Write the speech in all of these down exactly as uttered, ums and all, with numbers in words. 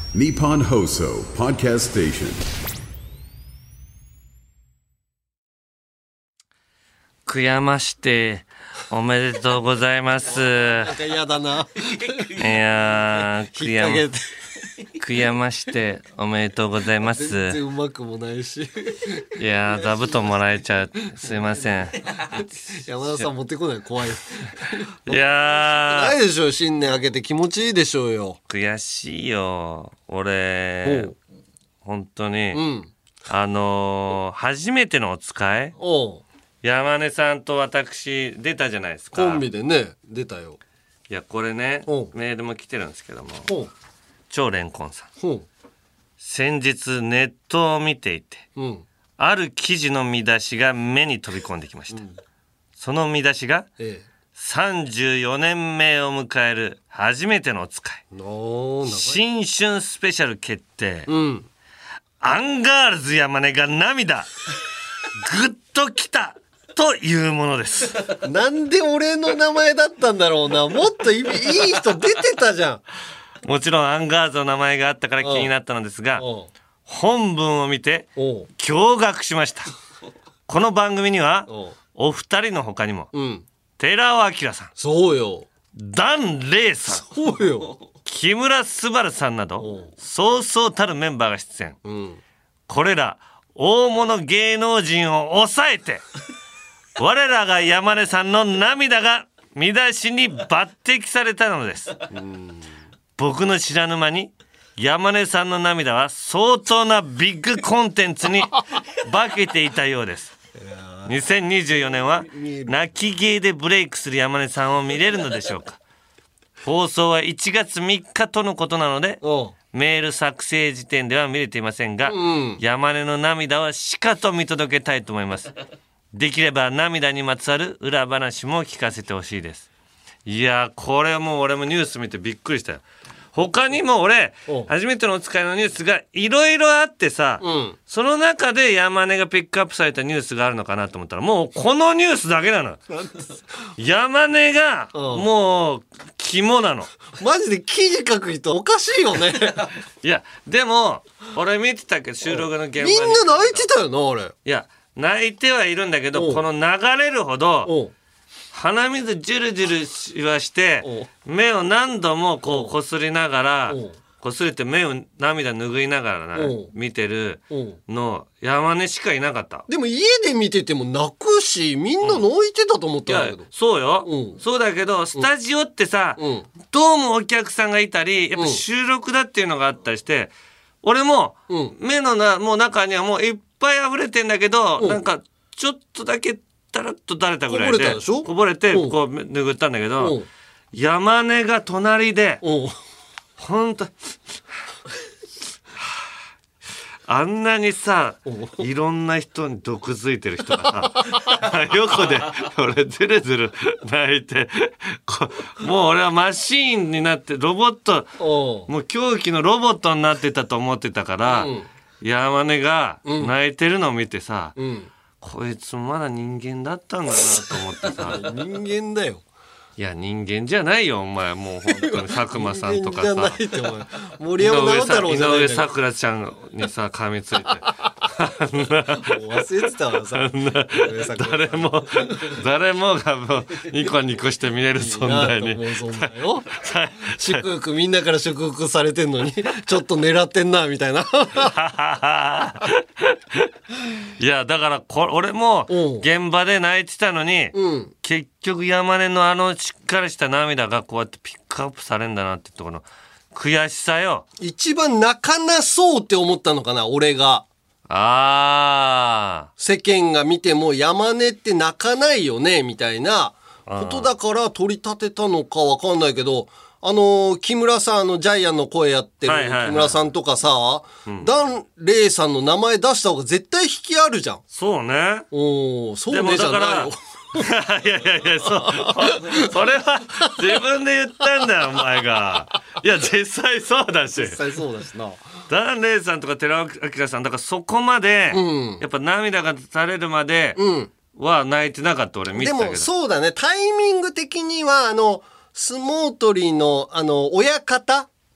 Nippon Hoso Podcast Station。 悔やましておめでとうございます。 なんか嫌だな。 いやー悔やま引っ掛けて悔やましておめでとうございます。 全然うまくもないし。 いやー座布団もらえちゃう、すいません。 山田さん持ってこない、怖い。 いやーないでしょ、新年明けて気持ちいいでしょうよ。 悔しいよ俺おう本当に、 うん。 あのー、初めてのお使いおう山根さんと私出たじゃないですか。 コンビでね出たよ。 いやこれねおうメールも来てるんですけども、 ほう超レンコンさん、 ほ先日ネットを見ていてう。うん。 ある記事の見出しが目に飛び込んできました、その見出しがえさんじゅうよねんめを迎える初めてのお使いえ。おー長い。 新春スペシャル決定、 うん。 アンガールズ山根が涙ぐっときたというものです。 なんで俺の名前だったんだろうな。もっといいいい人出てたじゃん。 もちろんアンガールズの名前があったから気になったのですが、 おう本文を見ておう驚愕しました。この番組にはおうお二人の他にもうん。 寺尾明さん、 そうよ。 ダン・レイさん、 そうよ。 木村昴さんなおどうそうそうたるメンバーが出演。 うん。 これら大物芸能人を抑えて我らが山根さんの涙が見出しに抜擢されたのです。僕の知らぬ間に山根さんの涙は相当なビッグコンテンツに化けていたようです。にせんにじゅうよねんは泣き芸でブレイクする山根さんを見れるのでしょうか。放送はいちがつみっかとのことなのでおうメール作成時点では見れていませんが、 うん山根の涙はしかと見届けたいと思います。できれば涙にまつわる裏話も聞かせてほしいです。いやーこれもう俺もニュース見てびっくりしたよ。他にも俺お初めてのお使いのニュースがいろいろあってさ、 うん。 その中で山根がピックアップされたニュースがあるのかなと思ったらもうこのニュースだけなの。山根がうんもう肝なの。 マジで記事書く人おかしいよね。 いやでも俺見てたけど収録の現場にみんな泣いてたよな、俺。 いや泣いてはいるんだけおうどこの流れるほどおう鼻水ジュルジュルしはしてお目を何度もこうこすりながらおうこすれて目を涙拭いながらなおう見てるおうの山根しかいなかった。 でも家で見てても泣くし、みんな泣いてたと思っいやたんだけど。 そうよ、 うんそうだけどスタジオってさ、 うんどうもお客さんがいたりやっぱ収録だっていうのがあったりして俺もうん目のなもう中にはもういっぱい溢れてんだけど、 うんなんかちょっとだけタラッと垂れたぐらいでこぼれたでしょこぼれてうんこう拭ったんだけうどん山根が隣でおうほんとあんなにさいろんな人に毒づいてる人がさ横で俺ズルズル泣いてこもう俺はマシーンになってロボットおうもう狂気のロボットになってたと思ってたから、 うん山根が泣いてるのを見てさ、 うん。 こいつまだ人間だったんだなと思ってさ人間だよ。 いや人間じゃないよお前もう本当に佐久間さんとか人間じゃさないってお前。森山直太郎井じゃないんだよ。 上咲楽ちゃんにさ噛みついてもう忘れてたわさ。 誰も誰もがもうニコニコして見れる存在にいいなと思う存在よ。祝福みんなから祝福されてんのにちょっと狙ってんなみたいな。 いやだからこ俺もうん現場で泣いてたのに、 うん。 結局山根のあのしっかりした涙がこうやってピックアップされるんだなってところの悔しさよ。 一番泣かなそうって思ったのかな、俺が。 あ世間が見ても山根って泣かないよねみたいなことだから取り立てたのかわかんないけど、あのー木村さん、あのジャイアンの声やってるはいはいはい木村さんとかさ、ダン・レイさんの名前出した方が絶対引きあるじゃん。 そうね。 おー、そうでもねじゃだからないよ。 いやいやいやそうそれは自分で言ったんだよお前が。いや実際そうだし実際そうだしな。 ダン・レイさんとか寺尾明さんだからそこまで、 うんやっぱ涙が垂れるまでうん。 は泣いてなかった俺見てでたけど。 もそうだね、タイミング的にはあの相撲取りのあの親方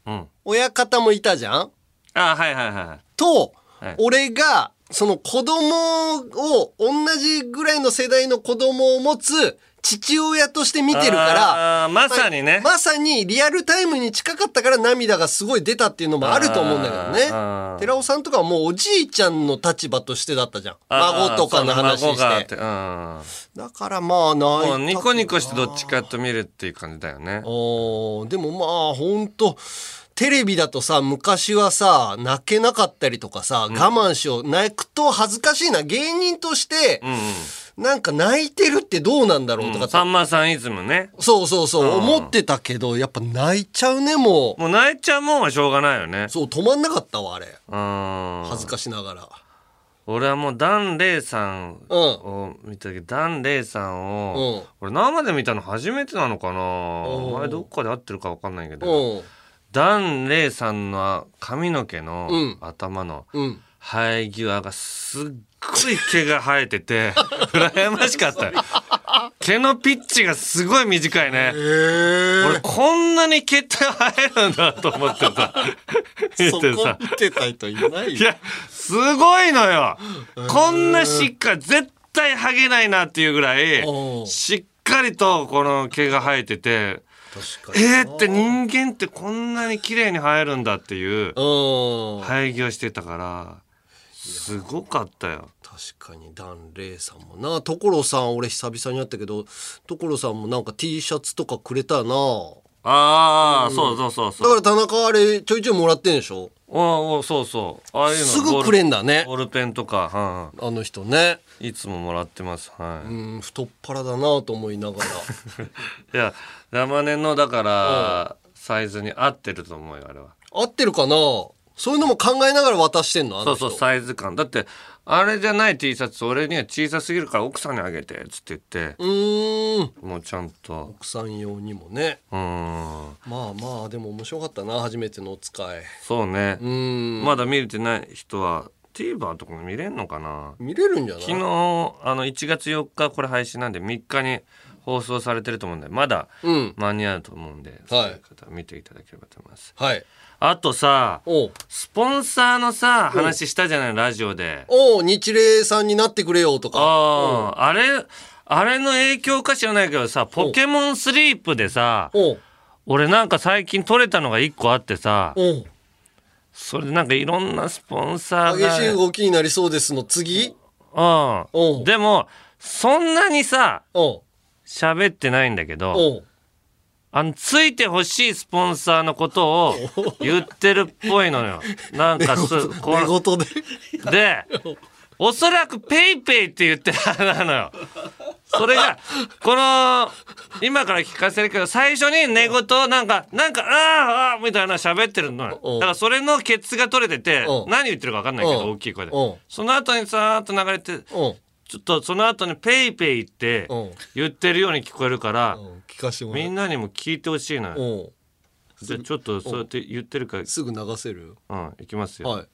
うん親方もいたじゃんあはいはいはいと、 はい、 俺がその子供を同じぐらいの世代の子供を持つ父親として見てるからまさにね、 ま、まさにリアルタイムに近かったから涙がすごい出たっていうのもあると思うんだけどね。寺尾さんとかはもうおじいちゃんの立場としてだったじゃん。孫とかの話して。だからまあない。 ニコニコしてどっちかと見るっていう感じだよね。 おでもまあほんとテレビだとさ昔はさ泣けなかったりとかさ、うん、我慢しよう泣くと恥ずかしいな芸人として、うんうんなんか泣いてるってどうなんだろうとか、うん、 さんまさんいつもねそうそうそう、うん、思ってたけどやっぱ泣いちゃうねもうもう泣いちゃうもんはしょうがないよねそう止まんなかったわあれうん恥ずかしながら俺はもうダンレイさんを見たけど、うん、ダンレイさんを、うん、俺生で見たの初めてなのかな、うん、前どっかで会ってるか分かんないけど、うん、ダンレイさんの髪の毛の頭の生え際がすっごい毛が生えてて羨ましかった毛のピッチがすごい短いね俺こんなに毛って生えるんだと思ってさそこ見てた人いないよいやすごいのよこんなしっかり絶対ハゲないなっていうぐらいしっかりとこの毛が生えててえーって人間ってこんなに綺麗に生えるんだっていう生え際してたからすごかったよ確かにダンレイさんもな所さん俺久々に会ったけど所さんもなんか T シャツとかくれたなああ、うん、そうそうそうそうだから田中あれちょいちょいもらってんでしょああそうそうああいうのすぐくれんだねボールペンとか、はあ、あの人ねいつももらってますはいうん太っ腹だなと思いながらいや山根のだからサイズに合ってると思うよあれは合ってるかなそういうのも考えながら渡してんのあの人そうそうサイズ感だってあれじゃない T シャツ俺には小さすぎるから奥さんにあげてっつって言ってうーんもうちゃんと奥さん用にもねうんまあまあでも面白かったな初めてのお使いそうねうんまだ見れてない人は TVer とかも見れんのかな見れるんじゃない昨日あのいちがつよっかこれ配信なんでみっかに放送されてると思うんでまだ間に合うと思うんで、うん、そういう方は見ていただければと思いますはいあとさスポンサーのさ話したじゃないラジオでお日霊さんになってくれよとかああれあれの影響か知らないけどさポケモンスリープでさ俺なんか最近取れたのがいっこあってさそれでなんかいろんなスポンサーが激しい動きになりそうですの次うんでもそんなにさ喋ってないんだけどあのついてほしいスポンサーのことを言ってるっぽいのよなんかすこ寝言ででおそらくペイペイって言ってるはずなのよそれがこの今から聞かせるけど最初に寝言をなんかなんかあーあーみたいな喋ってるのよだからそれのケツが取れてて何言ってるか分かんないけど大きい声でその後にさーっと流れてちょっとその後にペイペイって言ってるように聞こえるから聞かしてもらうみんなにも聞いてほしいなよじゃあちょっとそうやって言ってるからすぐ流せるうんいきますよはい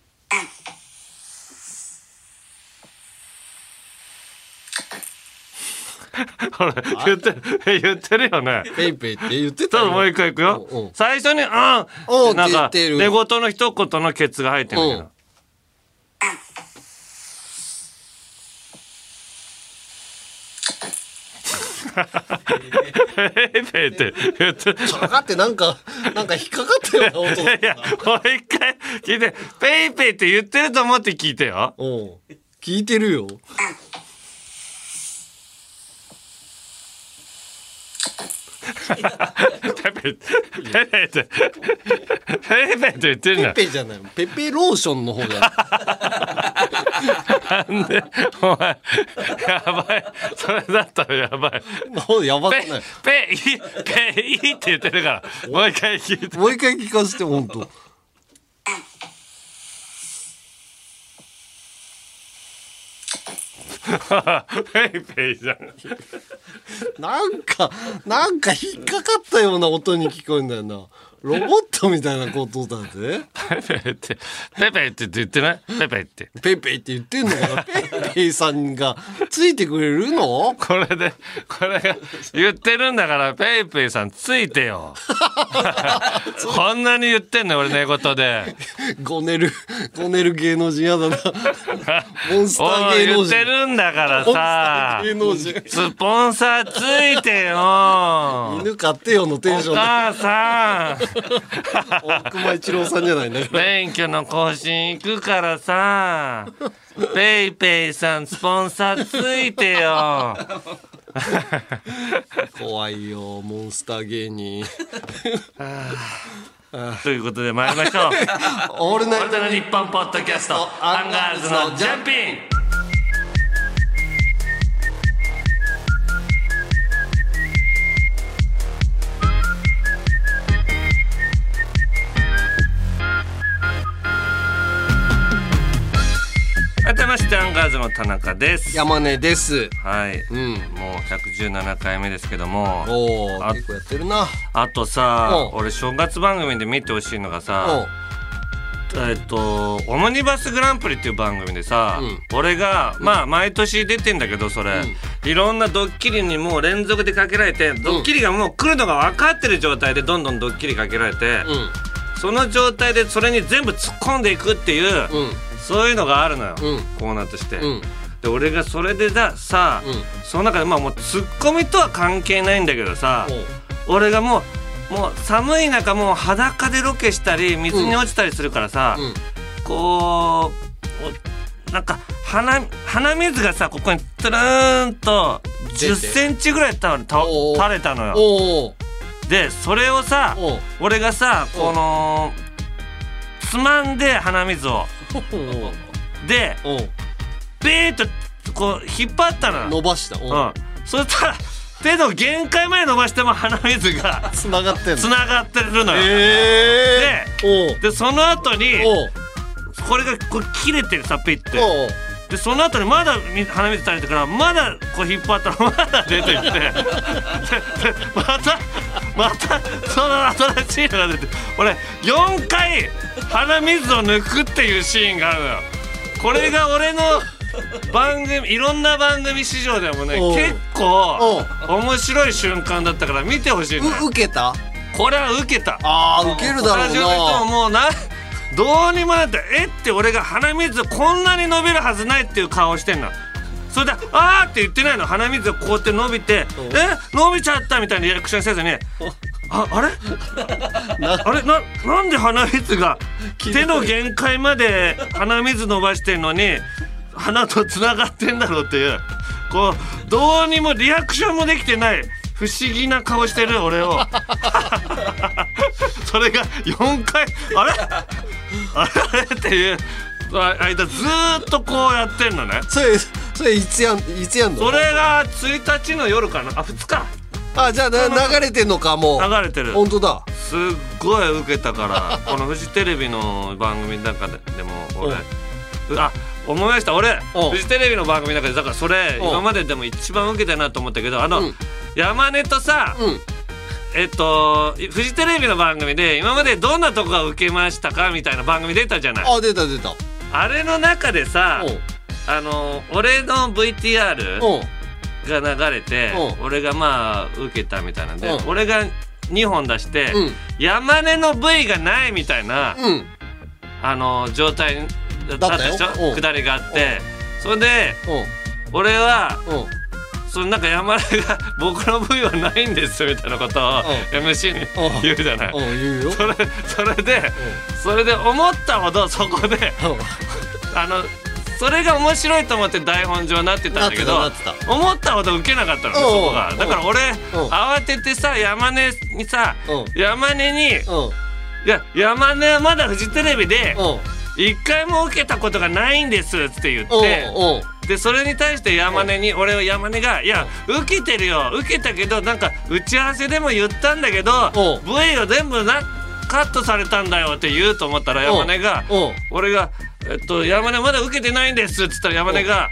ほら言ってる言ってるよねペイペイって言ってたよもう一回いくよおうおう最初にうんなんか寝言の一言のケツが入ってるんだけどペイペイって言って分かってなんかなんか引っかかったような音いやもう一回聞いてペイペイって言ってると思って聞いてよおう聞いてるよペペペペペってペペって言ってるんだペペじゃないペペローションの方じゃないなんでお前やばいそれだったらやばいやばくないペイペイって言ってるからもう一回聞いてもう一回聞かせて本当ペイペイじゃんなんかなんか引っかかったような音に聞こえるんだよなロボットみたいなことだぜ。 ペペってペペって言ってないペペってペペって言ってんのかな。ペイペイさんがついてくれるの？ これでこれが言ってるんだからペイペイさんついてよ。こんなに言ってんの俺寝言で。 ごねるごねる芸能人やだな。モンスター芸能人言ってるんだからさ。 芸能人スポンサーついてよ。 犬飼ってよのテンションで。 お母さん。 大熊一郎さんじゃないんだから。 免許の更新行くからさ。ペイペイさんスポンサーついてよ。 怖いよモンスター芸人。 ということで参りましょう。 オールナイトオールナイトニッポンポッドキャストアンガールズのジャンピン。改めましてアンガールズの田中です。 山根です。 はい、 うん、 もうひゃくじゅうななかいめですけども、 おあ結構やってるな。 あとさ、 お俺正月番組で見てほしいのがさ、えっとオムニバスグランプリっていう番組でさ、うん、俺がまあ毎年出てんだけどそれ、うん、いろんなドッキリにもう連続でかけられて、ドッキリがもう来るのが分かってる状態でどんどんドッキリかけられて、うん、その状態でそれに全部突っ込んでいくっていう、うん、そういうのがあるのよ、うん、コーナーとして、うん、で俺がそれでださ、うん、その中でまあもうツッコミとは関係ないんだけどさ、俺がもうもう寒い中もう裸でロケしたり水に落ちたりするからさ、うん、こうなんか 鼻, 鼻水がさここにトゥルーンとじゅっセンチぐらいたた垂れたのよ。でそれをさ俺がさこのつまんで鼻水をでビーッとこう引っ張ったのよ。 伸ばした。 うん、そしたら手の限界まで伸ばしても鼻水がつながってるつながってるのよ、 えー、で, でその後にこれがこう切れてるさピッてでその後にまだ鼻水垂れてからまだこう引っ張ったらまだ出てきてでまたまたその新しいのが出て俺よんかい鼻水を抜くっていうシーンがあるのよ。これが俺の番組いろんな番組史上でもね結構面白い瞬間だったから見てほしいね。 受けた？ これは受けた。 あー受けるだろうな。 スタジオの人ももうなどうにもなってえって俺が鼻水こんなに伸びるはずないっていう顔してんの。それであーって言ってないの。鼻水がこうやって伸びてえ伸びちゃったみたいなリアクションせずにあ, あれあれ な, なんで鼻水が手の限界まで鼻水伸ばしてんのに鼻とつながってんだろうっていうこうどうにもリアクションもできてない不思議な顔してる俺をそれがよんかいあれあれあれっていう間ずーっとこうやってんのね。 それそれいつやんいつやんの？ それがついたちの夜かなあふつか。 あじゃあ流れてんのかもう流れてる。 本当だ。 すっごい受けたからこのフジテレビの番組の中でも俺あ思いました俺フジテレビの番組の中でだからそれ今まででも一番受けたなと思ったけどあの、うん、山根とさ、うん、えっとフジテレビの番組で今までどんなとこが受けましたかみたいな番組出たじゃない。 あ出た出た。 あれの中でさあの俺の ブイティーアールが流れて俺がまあ受けたみたいなんで俺がにほん出して、うん、山根の V がないみたいな、うん、あの状態だったでしょ下りがあってそれで俺はそのなんか山根が僕の V はないんですみたいなことを エムシー に言うじゃない。 言うよ。 それそれでそれで思ったほどそこであのそれが面白いと思って台本上なってたんだけど思ったほど受けなかったのねそこが。だから俺慌ててさ山根にさ山根にいや山根はまだフジテレビで一回も受けたことがないんですって言ってでそれに対して山根に俺は山根がいや受けてるよ受けたけどなんか打ち合わせでも言ったんだけど V を全部なカットされたんだよって言うと思ったら山根が俺がえっと山根まだ受けてないんですって言ったら山根が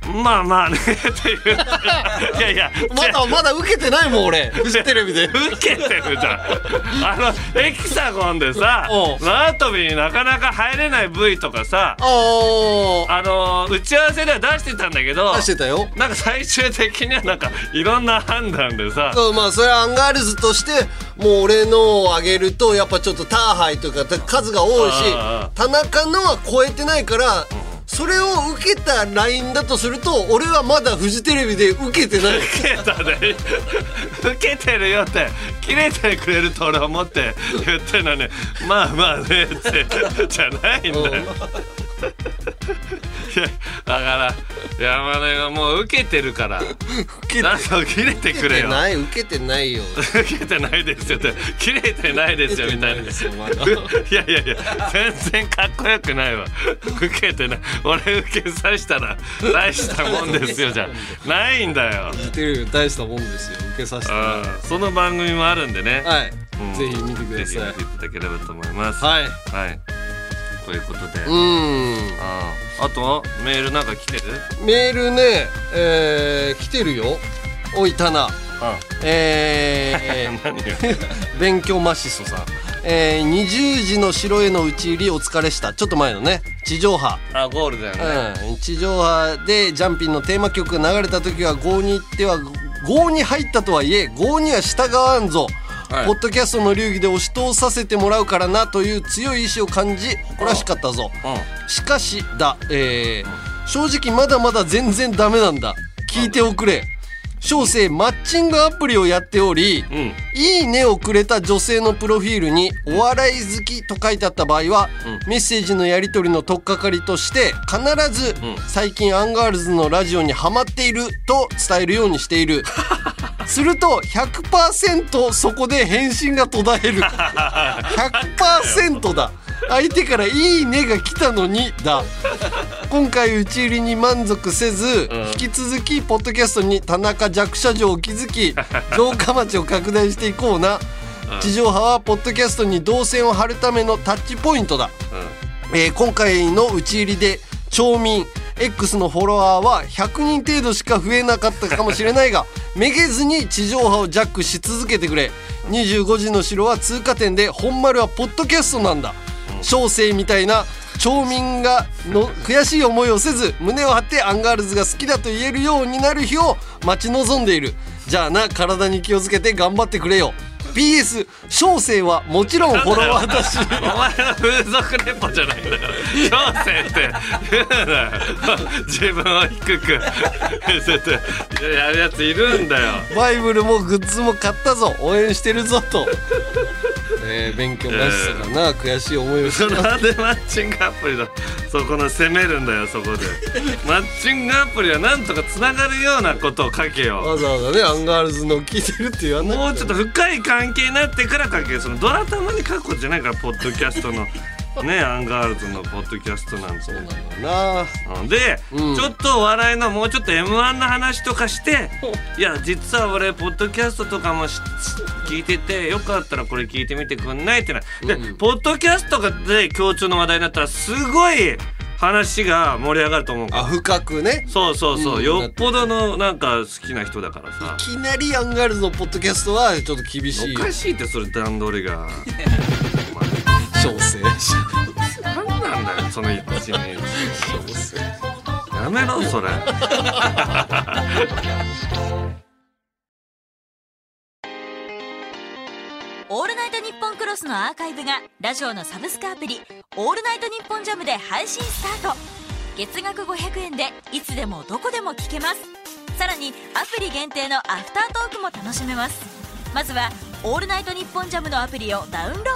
まあまあねっていういやいやまだまだ受けてないもん俺フジテレビで受けてるじゃんあのエキサゴンでさ縄跳びになかなか入れない部位とかさあの打ち合わせでは出してたんだけど出してたよ。 なんか最終的にはなんかいろんな判断でさそうまあそれはアンガールズとしてもう俺のを上げるとやっぱちょっとターハイとか数が多いし田中のは超えてないから、うんそれを受けたラインだとすると俺はまだフジテレビで受けてない受けたね受けてるよって切れてくれると俺は思って言ってるのにまあまあねってじゃないんだよ、うん、いやだから山根がもう受けてるから受けてなんか切れてくれよ受けてない受けてないよ受けてないですよって切れてないですよみたいな、ま、いやいやいや全然かっこよくないわ受けてない俺受けさせたら大したもんですよじゃないんだよ大したもんですよ受けさせたらその番組もあるんでねはい、うん、ぜひ見てくださいぜひ見ていただければと思いますはい、 はい、ということでうんああとはメールなんか来てるメールね、えー、来てるよおいたなえー、勉強マシソさん、えー、にじゅうじの城への打ち入りお疲れしたちょっと前のね地上波あゴールだよね、 うん、地上波でジャンピンのテーマ曲が流れた時は郷に行っては郷に入ったとはいえ郷には従わんぞ、はい、ポッドキャストの流儀で押し通させてもらうからなという強い意志を感じ誇らしかったぞ、うん、しかしだ、えーうん、正直まだまだ全然ダメなんだ聞いておくれ小生マッチングアプリをやっており、うん、いいねをくれた女性のプロフィールにお笑い好きと書いてあった場合は、うん、メッセージのやり取りの取っかかりとして必ず、うん、最近アンガールズのラジオにハマっていると伝えるようにしているすると ひゃくパーセント そこで返信が途絶える ひゃくパーセント だ相手からいいねが来たのにだ今回打ち入りに満足せず、うん、引き続きポッドキャストに田中弱者城を築き城下町を拡大していこうな、うん、地上波はポッドキャストに動線を張るためのタッチポイントだ、うんえー、今回の打ち入りで町民 X のフォロワーはひゃくにん程度しか増えなかったかもしれないがめげずに地上波をジャックし続けてくれにじゅうごじの城は通過点で本丸はポッドキャストなんだ小生みたいな町民がの悔しい思いをせず胸を張ってアンガールズが好きだと言えるようになる日を待ち望んでいるじゃあな体に気をつけて頑張ってくれよ ピーエス 小生はもちろんフォロワーだしお前の風俗レポじゃないんだから小生って言うなよ自分を低く見せてやるやついるんだよバイブルもグッズも買ったぞ応援してるぞとえー、勉強なしさかな、えー、悔しい思いをしてなんでマッチングアプリだそこの攻めるんだよそこでマッチングアプリはなんとかつながるようなことを書けよわざわざねアンガールズの聞いてるって言わないもうちょっと深い関係になってから書けよそのドラタマに書くことじゃないからポッドキャストのねアンガールズのポッドキャストなんてそうなんだなで、うん、ちょっと笑いのもうちょっと エムワン の話とかしていや実は俺ポッドキャストとかも聞いててよかったらこれ聞いてみてくんないってなで、うん、ポッドキャストで共通の話題になったらすごい話が盛り上がると思うからあ深くねそうそうそう、うん、よっぽどのなんか好きな人だからさいきなりアンガールズのポッドキャストはちょっと厳しいおかしいってそれ段取りが小生何なんだよその一日小生やめろそれオールナイトニッポンクロスのアーカイブがラジオのサブスクアプリオールナイトニッポンジャムで配信スタート月額ごひゃくえんでいつでもどこでも聞けますさらにアプリ限定のアフタートークも楽しめますまずはオールナイトニッポンジャムのアプリをダウンロード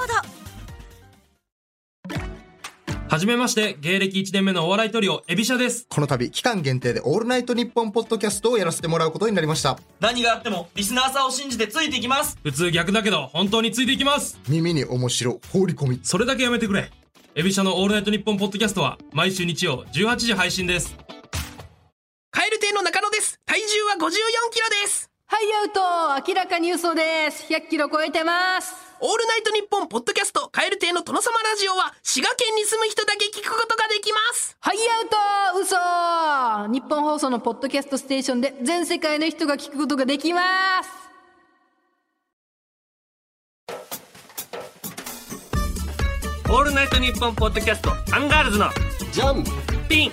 はじめまして、芸歴いちねんめのお笑いトリオ、エビシャです。 この度、期間限定でオールナイトニッポンポッドキャストをやらせてもらうことになりました。 何があっても、リスナーさんを信じてついていきます。普通逆だけど、本当についていきます。 耳に面白、放り込み。 それだけやめてくれ。エビシャのオールナイトニッポンポッドキャストは、毎週日曜じゅうはちじ配信です。 カエル亭の中野です。体重はごじゅうよんキロです。 はいアウト、明らかに嘘です。ひゃっキロ超えてます。 オールナイトニッポンポッドキャストカエル亭の殿様ラジオは滋賀県に住む人だけ聞くことができます。 ハイアウト嘘日本放送のポッドキャストステーションで全世界の人が聞くことができます。 オールナイトニッポンポッドキャストアンガールズのジャンピン。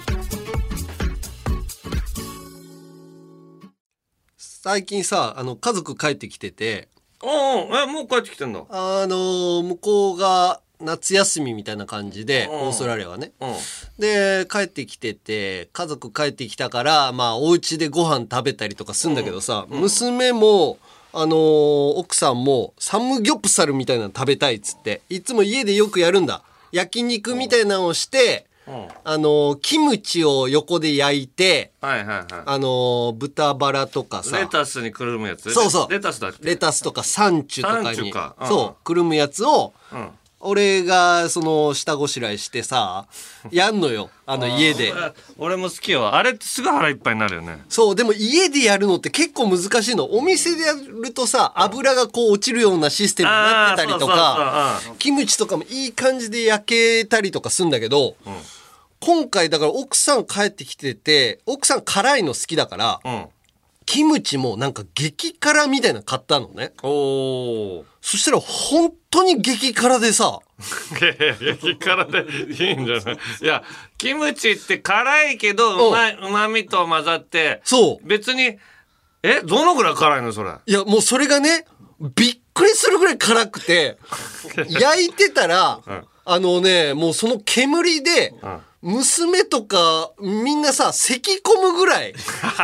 最近さ、あの家族帰ってきてて、 おお、え、もう帰ってきてんだ。 あのー向こうが夏休みみたいな感じで、 うんオーストラリアはね、 うん。 で帰ってきてて、家族帰ってきたからまあお家でご飯食べたりとかするんだけどさ、娘もあのー奥さんもサムギョプサルみたいなの食べたいっつって、いつも家でよくやるんだ。焼肉みたいなのをして、 うんあのーキムチを横で焼いて、 はいはいはあのー豚バラとかい。 さ、 レタスにくるむやつ。 そうそうレタスだっけ。 レタスとかサンチュとかサンチにュかうんそうくるむやつを、 うん。 俺がその下ごしらえしてさやんのよ、あの家で。 あ俺も好きよ。あれってすぐ腹いっぱいになるよね。 そうでも家でやるのって結構難しいの。お店でやるとさ、油がこう落ちるようなシステムになってたりとか、 あーそうそうそうキムチとかもいい感じで焼けたりとかするんだけど、今回だから奥さん帰ってきてて、奥さん辛いの好きだから、 うん。うん。 キムチもなんか激辛みたいなの買ったのね。 おお。 そしたら本当に激辛でさ、 激辛でいいんじゃない。いや、キムチって辛いけどうまい、うまみと混ざってそう別に、えどのぐらい辛いのそれ。 いやもうそれがねびっくりするぐらい辛くて焼いてたら、 んあのねもうその煙で、 ん娘とかみんなさ咳込むぐらい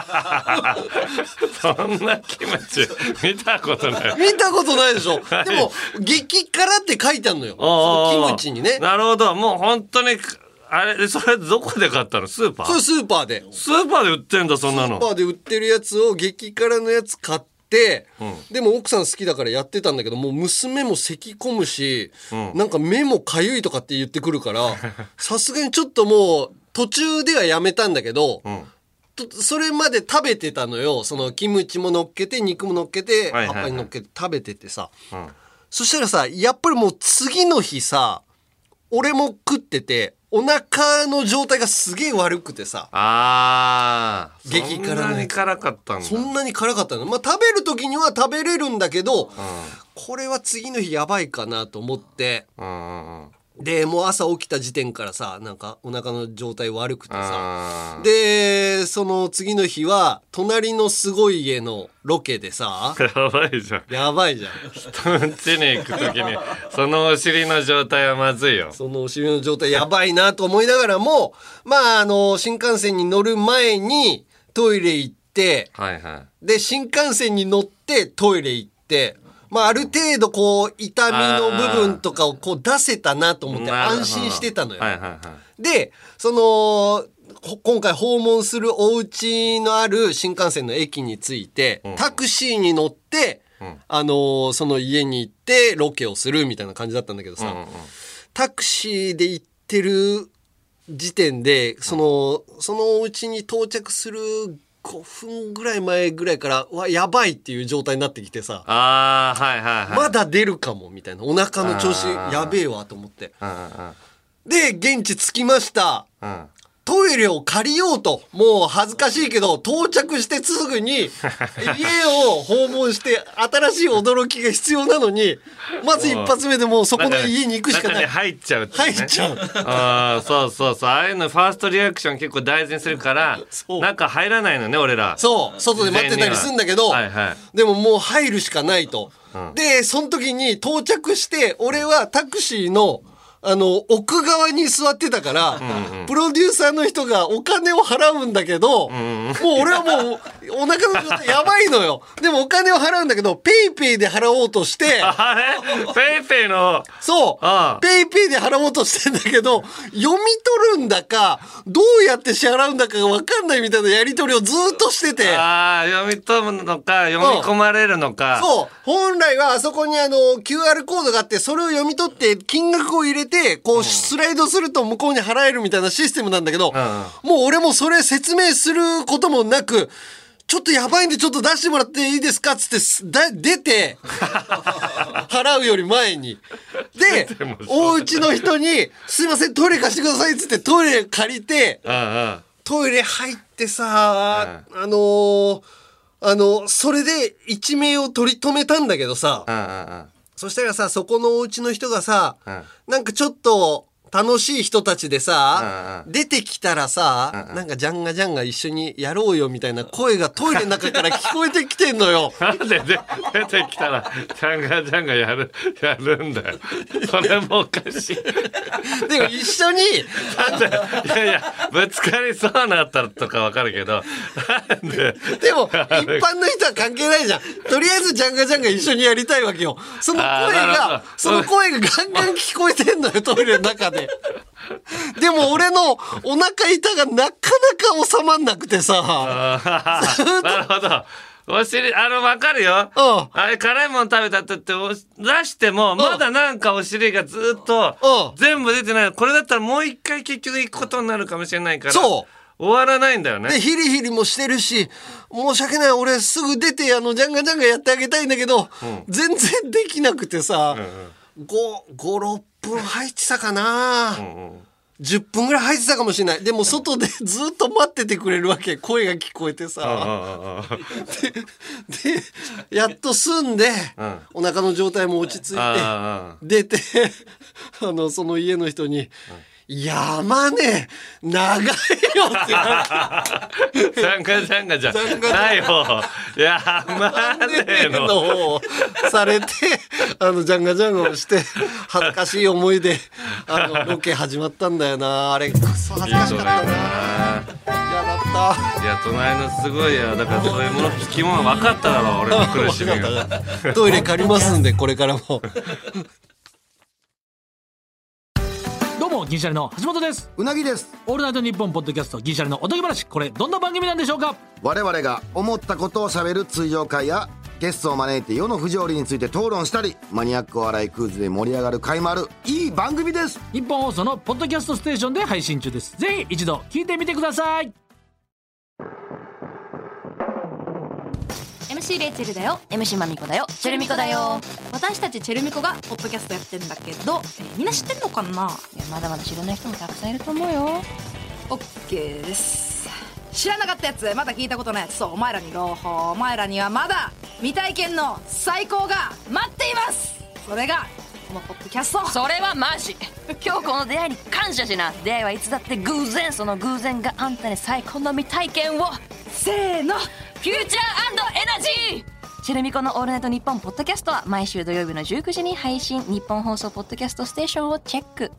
そんなキムチ見たことない。 見たことないでしょ。でも激辛って書いてあるのよ、そのキムチにね。 なるほど。もう本当にあれそれどこで買ったの？スーパー？ それスーパーでスーパーで売ってんだそんなの。 スーパーで売ってるやつを激辛のやつ買って、 うでも奥さん好きだからやってたんだけど、もう娘も咳込むし、 うんなんか目もかゆいとかって言ってくるからさすがにちょっともう途中ではやめたんだけど、 うん。 とそれまで食べてたのよ。そのキムチも乗っけて肉も乗っけてはいはいはい葉っぱに乗っけて食べててさ、 うん。 そしたらさやっぱりもう次の日さ俺も食っててお腹の状態がすげえ悪くてさ、 あー。 激辛のそんなに辛かったんだ。 そんなに辛かったの。まあ食べる時には食べれるんだけど、 うこれは次の日やばいかなと思って、 ん。うんうんうん。 でもう朝起きた時点からさなんかお腹の状態悪くてさ、 あーでその次の日は隣のすごい家のロケでさやばいじゃん。 やばいじゃん人ん家に行くときにそのお尻の状態はまずいよ。 そのお尻の状態やばいなと思いながらもまああの新幹線に乗る前にトイレ行って、 はいはい。 で新幹線に乗ってトイレ行って、まあ、ある程度こう痛みの部分とかをこう出せたなと思ってなるほど安心してたのよ。 はいはいはい。 でそのほ今回訪問するお家のある新幹線の駅に着いて、 うんタクシーに乗って、 うんあのーその家に行ってロケをするみたいな感じだったんだけどさ、 うんうんうん。 タクシーで行ってる時点でそのそのお家に到着するごふんぐらい前ぐらいからわやばいっていう状態になってきてさ、 あーはいはいはい。 まだ出るかもみたいな、お腹の調子あーやべえわと思って、 うんうんで現地着きました。 うん。うん。 トイレを借りようと、もう恥ずかしいけど到着してすぐに家を訪問して新しい驚きが必要なのに、まず一発目でもうそこの家に行くしかない。 中に入っちゃうってね。 入っちゃう。 ああそうそうそう。ああいうのファーストリアクション結構大事にするからそう中入らないのね俺ら。 そう外で待ってたりするんだけど、 はいはい。 でももう入るしかないと、 うんでその時に到着して俺はタクシーのあの奥側に座ってたから、 うんうんプロデューサーの人がお金を払うんだけど、 うんうんもう俺はもうお腹の状態やばいのよ。でもお金を払うんだけどペイペイで払おうとしてあれペイペイのそうああペイペイで払おうとしてんだけど読み取るんだかどうやって支払うんだかが分かんないみたいなやり取りをずっとしてて、 ああ読み取るのか読み込まれるのか。 そう本来はあそこにあの キューアール コードがあってそれを読み取って金額を入れてこうスライドすると向こうに払えるみたいなシステムなんだけど、 うんうんもう俺もそれ説明することもなくちょっとやばいんでちょっと出してもらっていいですかっつってだ出て払うより前にでお家の人にすいませんトイレ貸してくださいっつってトイレ借りてああトイレ入ってさあのー、あのそれで一命を取り留めたんだけどさあああそしたらさそこのお家の人がさなんかちょっと楽しい人たちでさ出てきたらさなんかジャンガジャンガ一緒にやろうよみたいな声がトイレの中から聞こえてきてんのよなんでで出てきたらジャンガジャンガやるやるんだよそれもおかしいでも一緒になんでいやいやぶつかりそうなったらとかわかるけどなんででも一般の人は関係ないじゃんとりあえずジャンガジャンガ一緒にやりたいわけよその声がその声がガンガン聞こえてんのよトイレの中ででも俺のお腹痛がなかなか収まんなくてさなるほどお尻あの分かるよ、うん、あれ辛いもの食べたってって出してもまだなんかお尻がずっと全部出てないこれだったらもう一回結局行くことになるかもしれないからそう終わらないんだよねでヒリヒリもしてるし申し訳ない俺すぐ出てあのジャンガジャンガやってあげたいんだけど、うん、全然できなくてさ、うんうん、ご、ろっぷん入ってたかな、うんうん、じゅっぷんぐらい入ってたかもしれないでも外でずっと待っててくれるわけ声が聞こえてさで, でやっと済んで、うん、お腹の状態も落ち着いて出てあのその家の人に、うん山ね長いよってジャンガジャンガじゃない方山ねの方されてあのジャンガジャンガをして恥ずかしい思いであのロケ始まったんだよなあれクソ恥ずかしかったな嫌だったいや隣のすごいやだからそういうもの聞き物分かっただろ俺の苦しみがトイレ借りますんでこれからもどうも銀シャリの橋本です。 うなぎです。 オールナイトニッポンポッドキャスト銀シャリのおとぎ話、これどんな番組なんでしょうか。 我々が思ったことをしゃべる通常会やゲストを招いて世の不条理について討論したりマニアックお笑いクイズで盛り上がる回もあるいい番組です。 日本放送のポッドキャストステーションで配信中です。ぜひ一度聞いてみてください。 エムシー レイチェルだよ。 エムシー マミコだよ。チェルミコだよ。私たちチェルミコがポッドキャストやってんだけど、えー、みんな知ってんのかな。いやまだまだ知らない人もたくさんいると思うよ。オッケーです。知らなかったやつ、まだ聞いたことないやつ、そうお前らに朗報。お前らにはまだ未体験の最高が待っています。それがこのポッドキャスト。 それはマジ今日この出会いに感謝しな。出会いはいつだって偶然、その偶然があんたに最高の未体験を。 せーの、 フューチャー&エナジー。チェルミコのオールナイトニッポンポッドキャストは毎週土曜日のじゅうくじに配信。日本放送ポッドキャストステーションをチェック。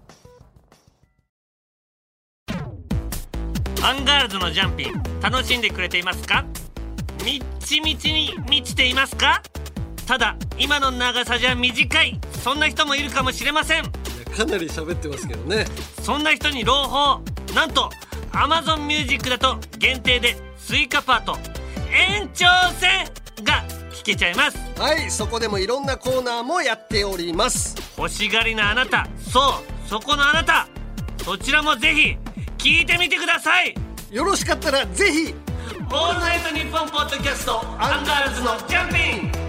アンガールズのジャンピン楽しんでくれていますか。みっちみちに満ちていますか。ただ今の長さじゃ短い、そんな人もいるかもしれません。 かなり喋ってますけどね。 そんな人に朗報。なんと Amazon Music だと限定でスイカパート延長戦が聞けちゃいます。 はい、そこでもいろんなコーナーもやっております。 欲しがりなあなた、そうそこのあなた、そちらもぜひ聞いてみてください。 よろしかったらぜひオールナイトニッポンポッドキャストアンガールズのジャンピン。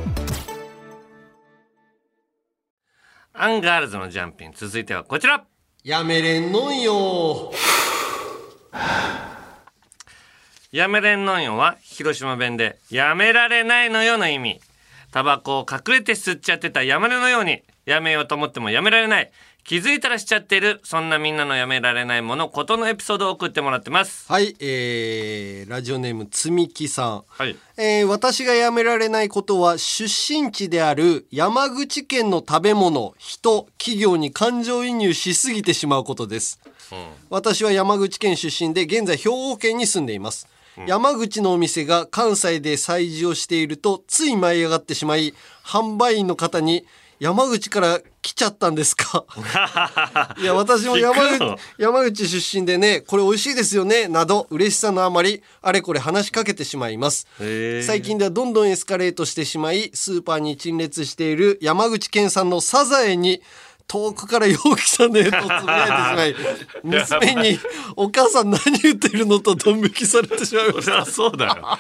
アンガールズのジャンピン、続いてはこちら。 やめれんのんよ。 やめれんのんよは広島弁でやめられないのよの意味。タバコを隠れて吸っちゃってた山根のようにやめようと思ってもやめられない、気づいたらしちゃっている、そんなみんなのやめられないものことのエピソードを送ってもらってます。 はい、えー、ラジオネームつみきさん、 はい、 えー、私がやめられないことは出身地である山口県の食べ物、人、企業に感情移入しすぎてしまうことです、うん、私は山口県出身で現在兵庫県に住んでいます、うん、山口のお店が関西で催事をしているとつい舞い上がってしまい、販売員の方に山口から来ちゃったんですかいや私も山口、山口出身でね、これ美味しいですよねなど嬉しさのあまりあれこれ話しかけてしまいます。最近ではどんどんエスカレートしてしまい、スーパーに陳列している山口県産のサザエに遠くからよう来たねとつぶやいてしまい娘にお母さん何言ってるのとドン引きされてしまいました。 そうだよ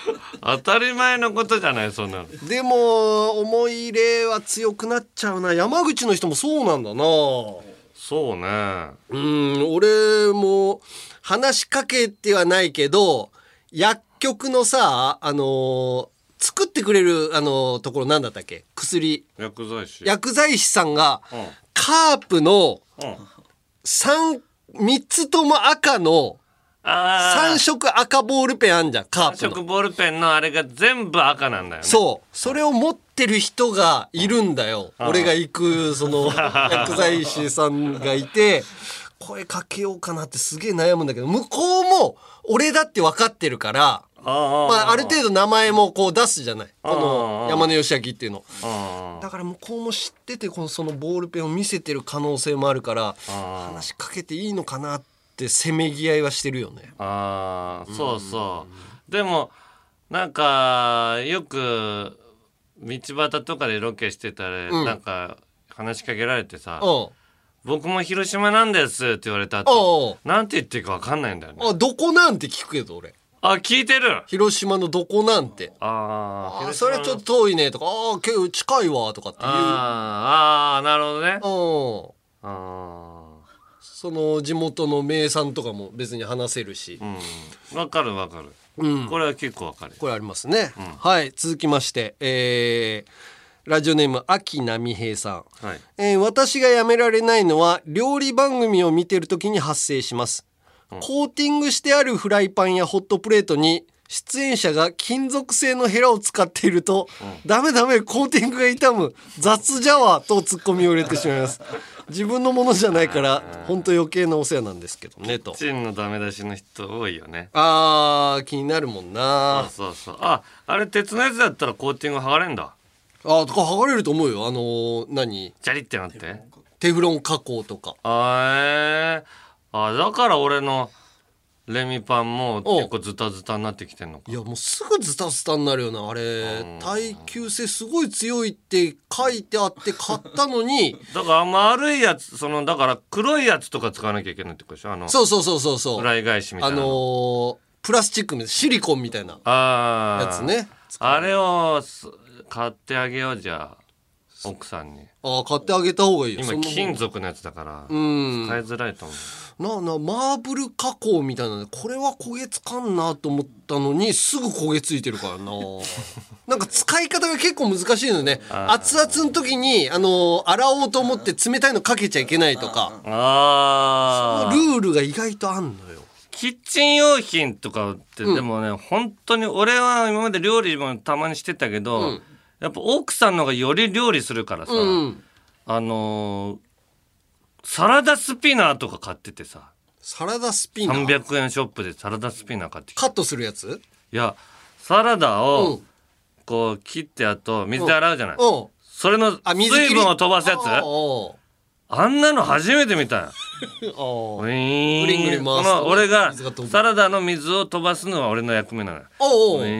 当たり前のことじゃないそんなの。 でも思い入れは強くなっちゃうな。山口の人もそうなんだな。 そうね。 うん俺も話しかけてはないけど薬局のさあのー、作ってくれるあのー、ところなんだったっけ薬薬剤師薬剤師さんが、うん、カープのさん、みっつとも赤のさん色赤ボールペンあんじゃんカープのさん色ボールペンのあれが全部赤なんだよね。 そうそれを持ってる人がいるんだよ。俺が行くその薬剤師さんがいて声かけようかなってすげえ悩むんだけど向こうも俺だって分かってるからあ、まあ、ある程度名前もこう出すじゃないこの山根義明っていうのだから向こうも知っててこのそのボールペンを見せてる可能性もあるから話しかけていいのかなってせめぎ合いはしてるよね。 ああそうそう、うん、でもなんかよく道端とかでロケしてたら、うん、なんか話しかけられてさ、うん僕も広島なんですって言われた後なんて言ってるか分かんないんだよね。 あどこなんて聞くけど俺あ聞いてる広島のどこなんてああそれちょっと遠いねとかあけど近いわとかって言うああなるほどねうんあその地元の名産とかも別に話せるしうん分かる分かる、うん、これは結構分かるこれありますね、うん、はい続きましてえーラジオネーム秋波平さん、はいえー、私がやめられないのは料理番組を見てる時に発生します、うん、コーティングしてあるフライパンやホットプレートに出演者が金属製のヘラを使っていると、うん、ダメダメコーティングが傷む雑じゃわとツッコミを入れてしまいます自分のものじゃないから本当余計なお世話なんですけどねとキッチンのダメ出しの人多いよね。 あー気になるもんな。 そうそうそうああれ鉄のやつだったらコーティング剥がれんだ。 あとか剥がれると思うよ。あのー、何ジャリってなってテフロン加工とかあ、えー、あだから俺のレミパンも結構ズタズタになってきてんのか。 いやもうすぐズタズタになるよなあれ。耐久性すごい強いって書いてあって買ったのにだから丸いやつそのだから黒いやつとか使わなきゃいけないってことでしょ。あのそうそうそうそうそうフライ返しみたいなあのー、プラスチックみたいなシリコンみたいなやつね。 あれを買ってあげようじゃあ奥さんに。 ああ買ってあげた方がいいよ。 今金属のやつだから使いづらいと思う。 なあなマーブル加工みたいなのでこれは焦げつかんなと思ったのにすぐ焦げついてるからななんか使い方が結構難しいのよね。熱々の時にあの洗おうと思って冷たいのかけちゃいけないとかあそのルールが意外とあんのよ。 キッチン用品とかって、うん、でもね本当に俺は今まで料理もたまにしてたけど、うん、やっぱ奥さんの方がより料理するからさ、うん、あのー、サラダスピナーとか買っててさ。 サラダスピナーさんびゃくえんショップでサラダスピナー買ってきてカットするやつ。 いやサラダをこう切ってあと水で洗うじゃない、うん、それの水分を飛ばすやつ あ, あんなの初めて見たよウィーングリングリ回すこの俺がサラダの水を飛ばすのは俺の役目なのよ。おうおうウィ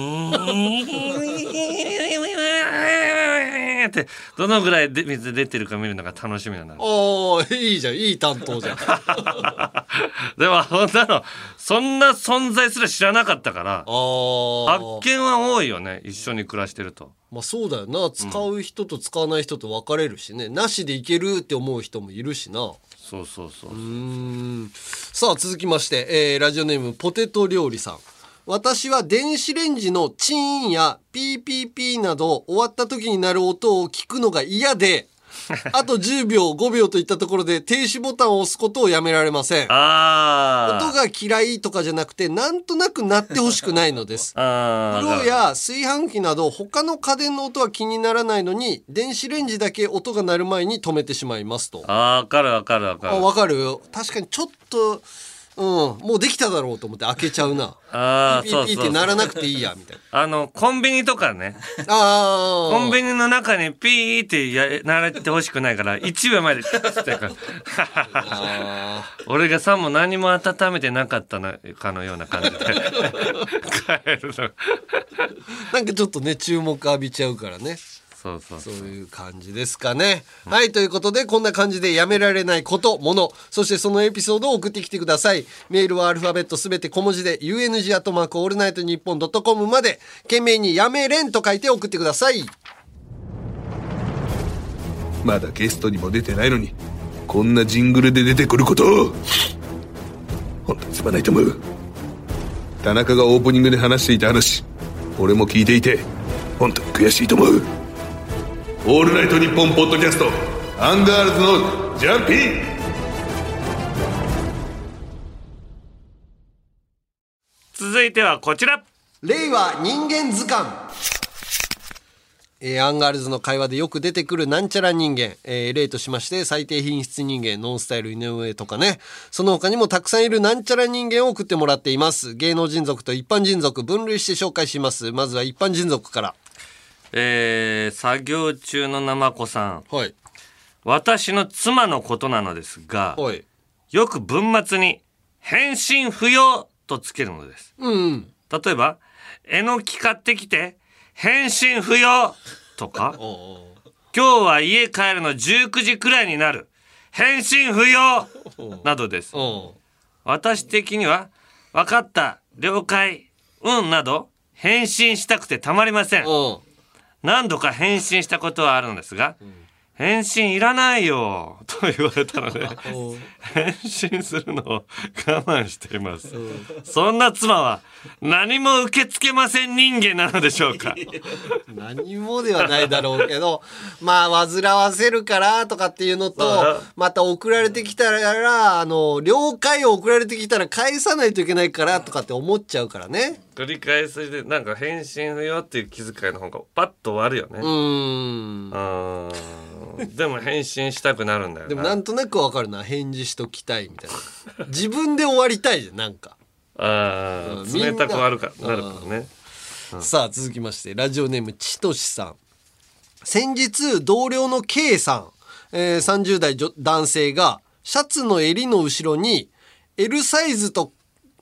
ーンってどのぐらいで水出てるか見るのが楽しみなの。 おーいいじゃんいい担当じゃんでもそんなのそんな存在すら知らなかったから発見は多いよね一緒に暮らしてると。 まあそうだよな使う人と使わない人と分かれるしね、うん、なしでいけるって思う人もいるしな。 そうそうそう。うーんさあ続きまして、えー、ラジオネームポテト料理さん。私は電子レンジのチーンやピーピーピーなど終わった時になる音を聞くのが嫌であとじゅうびょうごびょうといったところで停止ボタンを押すことをやめられません。あ音が嫌いとかじゃなくてなんとなく鳴ってほしくないのです。あ風呂や炊飯器など他の家電の音は気にならないのに電子レンジだけ音が鳴る前に止めてしまいますと。 あ分かる分かる分かる。 あ分かる。確かにちょっとうん、もうできただろうと思って開けちゃうな。あピーピーピーって鳴らなくていいやみたいな。 あのコンビニとかね。あコンビニの中にピーってや鳴らてほしくないからいちびょうまえでピッてやるから俺がさも何も温めてなかったのかのような感じで帰るの。 なんかちょっとね注目浴びちゃうからね。 そうそうそういう感じですかね、うん、はいということでこんな感じでやめられないことものそしてそのエピソードを送ってきてください。メールはアルファベットすべて小文字で ユーエヌジー アットマークオールナイトニッポンドットコムまで懸命にやめれんと書いて送ってください。 まだゲストにも出てないのにこんなジングルで出てくること本当にすまないと思う。田中がオープニングで話していた話俺も聞いていて本当に悔しいと思う。オールナイトニッポンポッドキャストアンガールズのジャンピン。 続いてはこちら令和人間図鑑。えー、アンガールズの会話でよく出てくるなんちゃら人間、えー、例としまして最低品質人間ノンスタイル井上とかねその他にもたくさんいるなんちゃら人間を送ってもらっています。芸能人族と一般人族分類して紹介します。まずは一般人族から。 えー、作業中のなまこさん、 はい、 私の妻のことなのですが、 はい、 よく文末に返信不要とつけるのです、 うんうん、 例えばえのき買ってきて返信不要とか今日は家帰るのじゅうくじくらいになる返信不要などです。私的には分かった了解うんなど返信したくてたまりません。何度か返信したことはあるのですが、うん、返信いらないよと言われたので返信するのを我慢しています。そんな妻は何も受け付けません人間なのでしょうか。 何もではないだろうけどまあ煩わせるからとかっていうのとまた送られてきたらあの了解を送られてきたら返さないといけないからとかって思っちゃうからね。 繰り返しでなんか返信不要っていう気遣いの方がパッと終わるよね。 うーんあでも返信したくなるんだよな。 でもなんとなくわかるな返事しときたいみたいな自分で終わりたいじゃんなんかああ冷たくあるかなるからね、 うん、さあ続きましてラジオネームちとしさん。先日同僚の K さん、えー、さんじゅう代男性がシャツの襟の後ろに L サイズと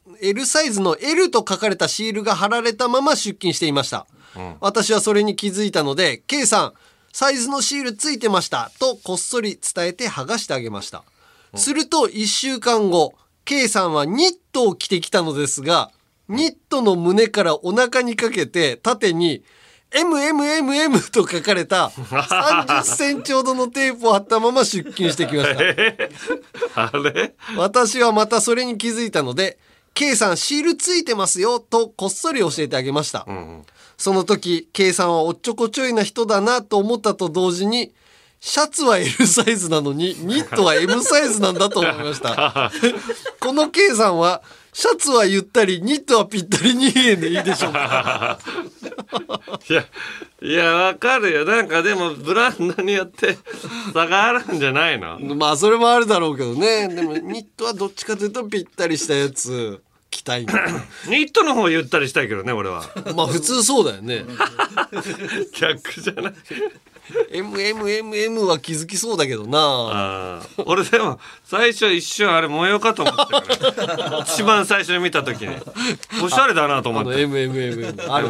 L サイズの L と書かれたシールが貼られたまま出勤していました、うん、私はそれに気づいたので K さんサイズのシールついてましたとこっそり伝えて剥がしてあげました、うん、するといっしゅうかんご K さんはニットを着てきたのですがニットの胸からお腹にかけて縦に エムエムエムエム と書かれたさんじゅっセンチほどのテープを貼ったまま出勤してきましたあれ私はまたそれに気づいたので K さんシールついてますよとこっそり教えてあげました、うんうん、その時 K さんはおっちょこちょいな人だなと思ったと同時にシャツは L サイズなのにニットは エム サイズなんだと思いましたこの K さんはシャツはゆったりニットはぴったりにえんでいいでしょうかいやいやわかるよ。なんかでもブランドによって差があるんじゃないの。 まあそれもあるだろうけどね。でもニットはどっちかというとぴったりしたやつ着たいニットの方ゆったりしたいけどね俺は。 まあ普通そうだよね逆じゃないエムエムエムエム は気づきそうだけどなあ俺でも最初一瞬あれ模様かと思ったから一番最初に見た時におしゃれだなと思ってエムエムエムエム ある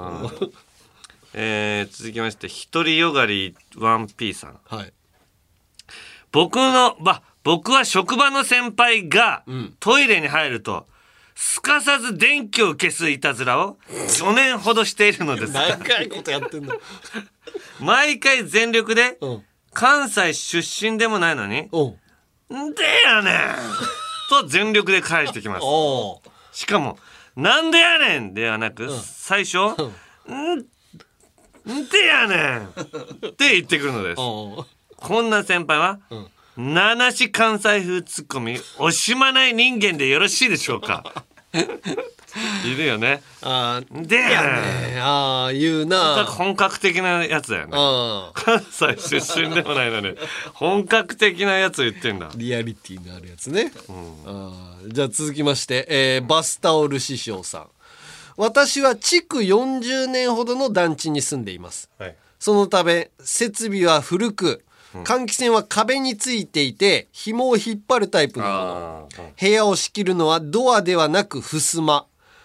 えー、続きまして独りよがり ワンピー さん、 はい、 僕の、ま、僕は職場の先輩がトイレに入るとすかさず電気を消すいたずらをよねんほどしているのです長いことやってんだ毎回全力で、うん、関西出身でもないのに、うん、でやねんと全力で返してきますしかもなんでやねんではなく、うん、最初、うん、んでやねんって言ってくるのですこんな先輩は、うん七市関西風ツッコミ惜しまない人間でよろしいでしょうかいるよねあでやねあ言うな本格的なやつだよね関西出身でもないのに本格的なやつ言ってんだリアリティのあるやつね、うん、あじゃあ続きまして、えー、バスタオル師匠さん私は築よんじゅうねんほどの団地に住んでいます、はい、そのため設備は古く換気扇は壁についていて紐を引っ張るタイプのもの部屋を仕切るのはドアではなく襖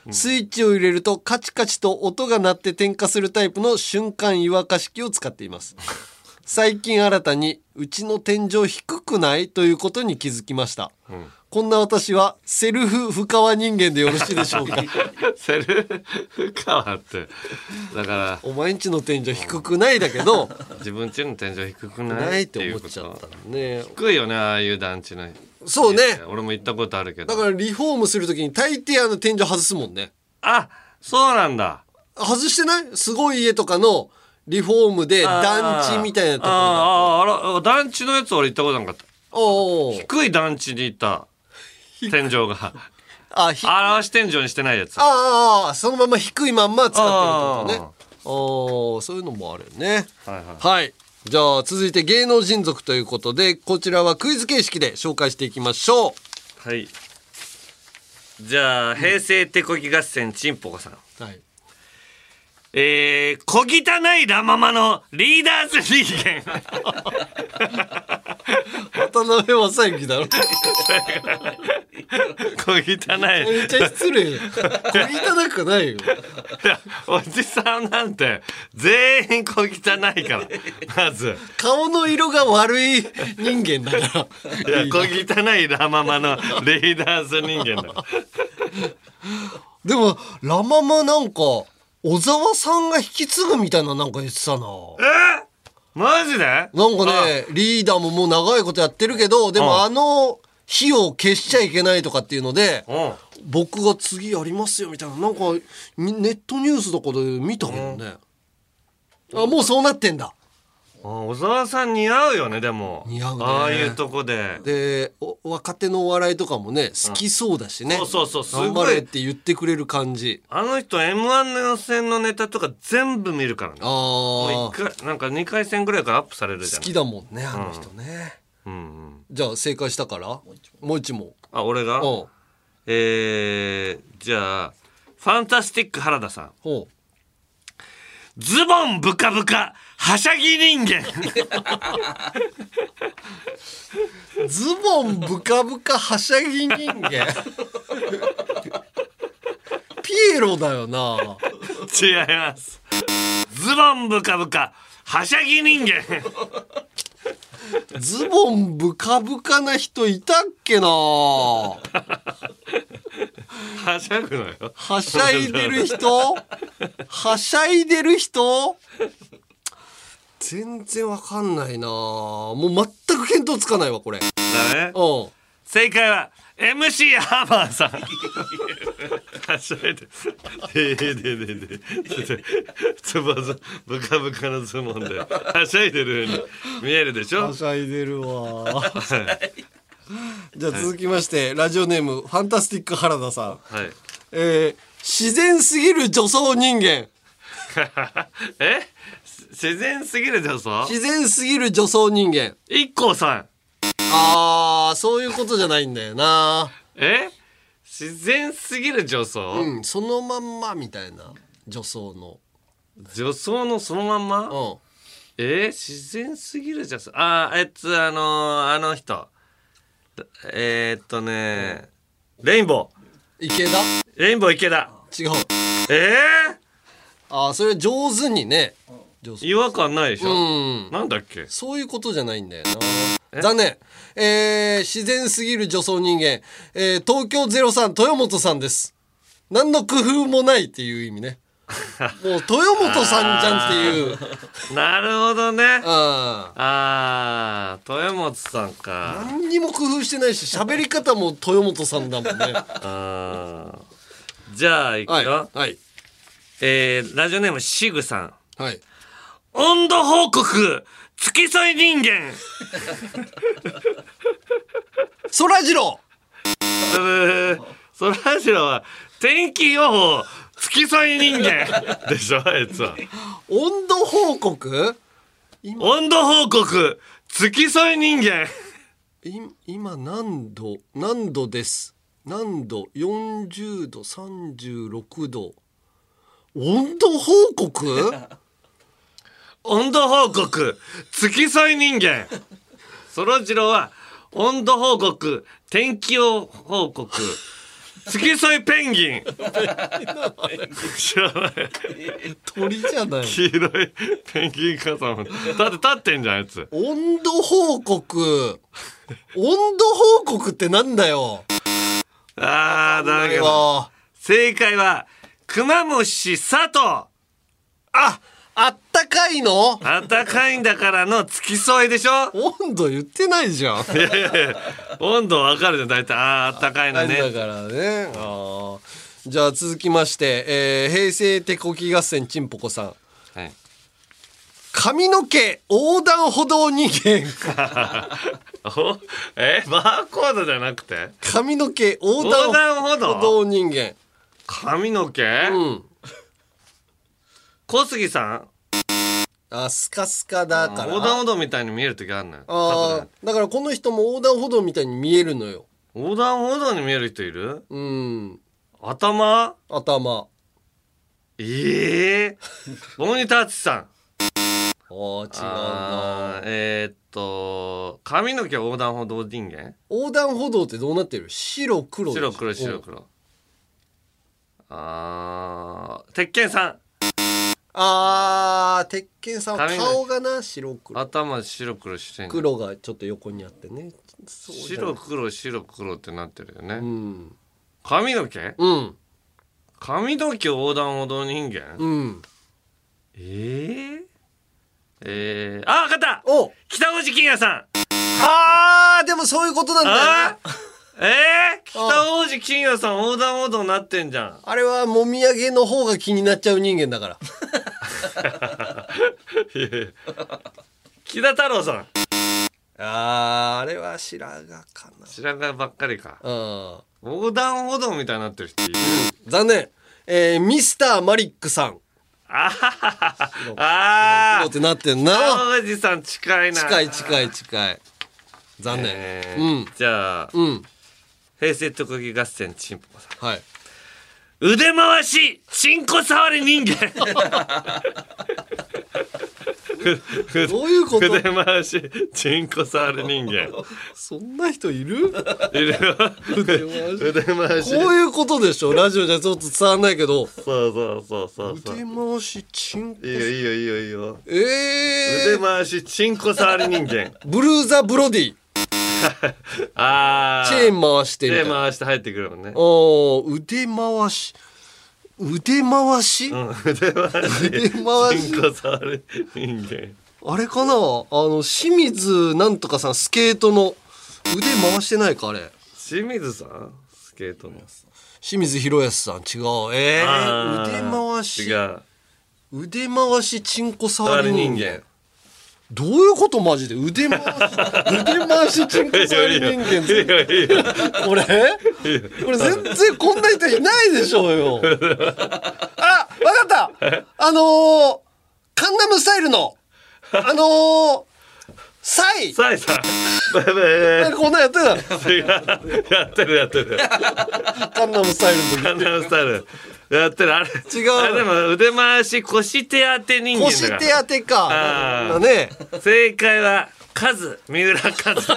スイッチを入れるとカチカチと音が鳴って点火するタイプの瞬間湯沸かし器を使っています。最近新たにうちの天井低くないということに気づきました。うん、こんな私はセルフ深川人間でよろしいでしょうか。 セルフ深川ってだからお前んちの天井低くないだけど自分ちの天井低くないないって思っちゃったね。 低いよねああいう団地の。 そうね。 俺も行ったことあるけど。 だからリフォームするときに大抵あの天井外すもんね。 あ、そうなんだ。 外してない？すごい家とかのリフォームで団地みたいなところ。 ああ、あら、団地のやつ俺行ったことなかった。 お低い団地にいた天井が。 あ、 ひ表し天井にしてないやつ。 ああ、そのまま低いまんま使ってるってことね。ああ、そういうのもあるよね。はい、はい。はい。じゃあ続いて芸能人族ということで、こちらはクイズ形式で紹介していきましょう。はい。じゃあ、平成手こぎ合戦ちんぽこさん。はい。えー、小汚いラママのリーダーズ人間。 渡辺正行だろ。 小汚い。 めっちゃ失礼。小汚くないよ。 いや、おじさんなんて全員小汚いからまず顔の色が悪い人間だから。 いや、小汚いラママのリーダーズ人間だ。 でもラママなんか小沢さんが引き継ぐみたいななんか言ってたな。 えー、マジで？なんかね、リーダーももう長いことやってるけど、でもあの火を消しちゃいけないとかっていうので、僕が次やりますよみたいな、なんかネットニュースとかで見たけどね。あ、もうそうなってんだ。 小沢さん似合うよね。でも似合うね。ああいうとこでで若手のお笑いとかもね好きそうだしね。 そうそうそう、 すごい頑張れって言ってくれる感じ。 あの人 エムワン の予選のネタとか全部見るからね。ああ、一回なんかにかい戦ぐらいからアップされるじゃん。 好きだもんねあの人ね。うんうん、じゃあ正解したからもう一問。 あ、俺が。えー、じゃあファンタスティック原田さん。ほう。ズボンブカブカはしゃぎ人間。 ズボンブカブカはしゃぎ人間。ピエロだよな。 違います。ズボンブカブカはしゃぎ人間。 ズボンブカブカな人いたっけな。はしゃぐのよ。 はしゃいでる人はしゃいでる人全然わかんないな。もう全く見当つかないわこれ。だね。うん。正解は エムシー ハーバーさん。はしゃいででででででつばずブカブカのズボンではしゃいでるように見えるでしょ。 はしゃいでるわ。じゃあ続きまして、はい、ラジオネームファンタスティック原田さん。はい。えー、自然すぎる女装人間。 え？自然すぎる女装？ 自然すぎる女装人間。 一 k さん。 あー、そういうことじゃないんだよな。 え？自然すぎる女装？ うん、そのまんまみたいな女装の。 女装のそのまんま？うん。えー、自然すぎる女装。あー、えっとあのー、あの人。えー、っとね、うん、レインボー池田。 レインボー池田。 違う。 えー、 あー、それ上手にね。 違和感ないでしょ。うん。なんだっけ。 そういうことじゃないんだよな。残念。えー、自然すぎる女装人間、えー、東京ゼロさん豊本さんです。何の工夫もないっていう意味ね。もう豊本さんじゃんっていう。 なるほどね。ああ、豊本さんか。 何にも工夫してないし、喋り方も豊本さんだもんね。あ、 じゃあいくよ。はい。はい、えー、ラジオネームシグさん。はい。温度報告付き添い人間。 そらジロー。そらジローは天気予報付き添い人間でしょあいつは。 温度報告？ 温度報告付き添い人間。 今何度何度です。何度？よんじゅうど、さんじゅうろくど。温度報告？ 温度報告付き添い人間。そらジローは温度報告天気予報告付き添いペンギン知らない鳥じゃない。 黄色いペンギン火山だって立ってんじゃんあいつ。 温度報告温度報告ってなんだよ。 あーだけど正解はクマムシ佐藤。 ああったかいのあったかいんだからの付き添いでしょ。 温度言ってないじゃん。 いやいやいや温度わかるじゃん大体。あーあったかいのねだからね。あじゃあ続きまして、えー、平成手こき合戦ちんぽこさん、はい、髪の毛横断歩道人間えバーコードじゃなくて髪の毛横断歩道人間。 髪の毛、うん、小杉さん。 あスカスカだから横断歩道みたいに見える時あるのよ。 あだからこの人も横断歩道みたいに見えるのよ。 横断歩道に見える人いる。 うん頭頭ええー、大仁田敦さん。 おー違うな。 えー、っと髪の毛横断歩道人間。 横断歩道ってどうなってる。白黒白黒白黒。あー鉄拳さん。 あー鉄拳さんは顔がな白黒。 頭白黒してんの。 黒がちょっと横にあってね。 白黒白黒ってなってるよね。うん、髪の毛。 うん髪の毛横断歩道人間。 うんえー、えー、あ分かった。 お北大路欣也さん。 あーでもそういうことなんだよな。 えー、北大路欣也さん横断歩道になってんじゃん。 あれはもみあげの方が気になっちゃう人間だから木田太郎さん。 あーあれは白髪かな。 白髪ばっかりか。 うん横断歩道みたいになってる人いる。 残念、えー、ミスターマリックさん。 あああってなってんな。 大路さん近いな。 近い近い近い。残念、 えー、うんじゃあ、うん、平成特技合戦チンポさん。 はい。 腕回しチンコ触り人間どういうこと。 腕回しチンコ触る人間そんな人いる。 いるよ腕回し。 こういうことでしょ。ラジオじゃちょっと伝わんないけど。 そうそうそうそうそう。 腕回しチンコ。 いいよいいよいいよいいよ。 ええー、腕回しチンコ触り人間ブルーザ・ブロディあチェーン回してチェーン回して入ってくるもんね。 お腕回し腕回し、 うん、腕回し腕回しチンコ触る人間。 あれかな、あの清水なんとかさんスケートの腕回してないかあれ。 清水さんスケートの清水宏保さん違う。えー、腕回し違う。 腕回しチンコ触り人間。 人間どういうことマジで。腕回し腕回しチンコ触り人間。いいよいいよこれこれ全然こんな人いないでしょうよ。あ、わかった。あのー、カンナムスタイルのあのー、サイサイさんこんなんやってた。 やってるやってるカンナムスタイルの時。 カンナムスタイルやってる。あれ違う。あれでも腕回し腰手当て人間だから。 腰手当てかだね。 正解はカズ三浦カズ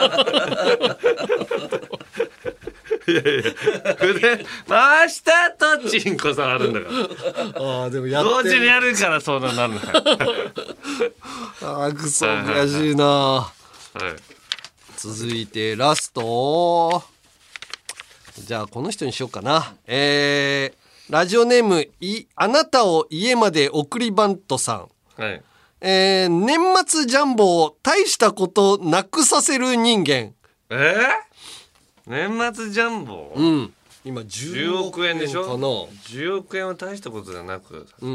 いやいや腕回したとチンコ触るんだから。 あでもやって同時にやるからそうなるのよあくそ悔しいな、はい、続いてラスト。じゃあこの人にしようかな。えー、ラジオネームいあなたを家まで送りバントさん、 はい。 えー、年末ジャンボを大したことなくさせる人間。 えー、年末ジャンボ、 うん、今じゅうおくえんでしょ。かな。 じゅうおくえんは大したことじゃなく、 うん、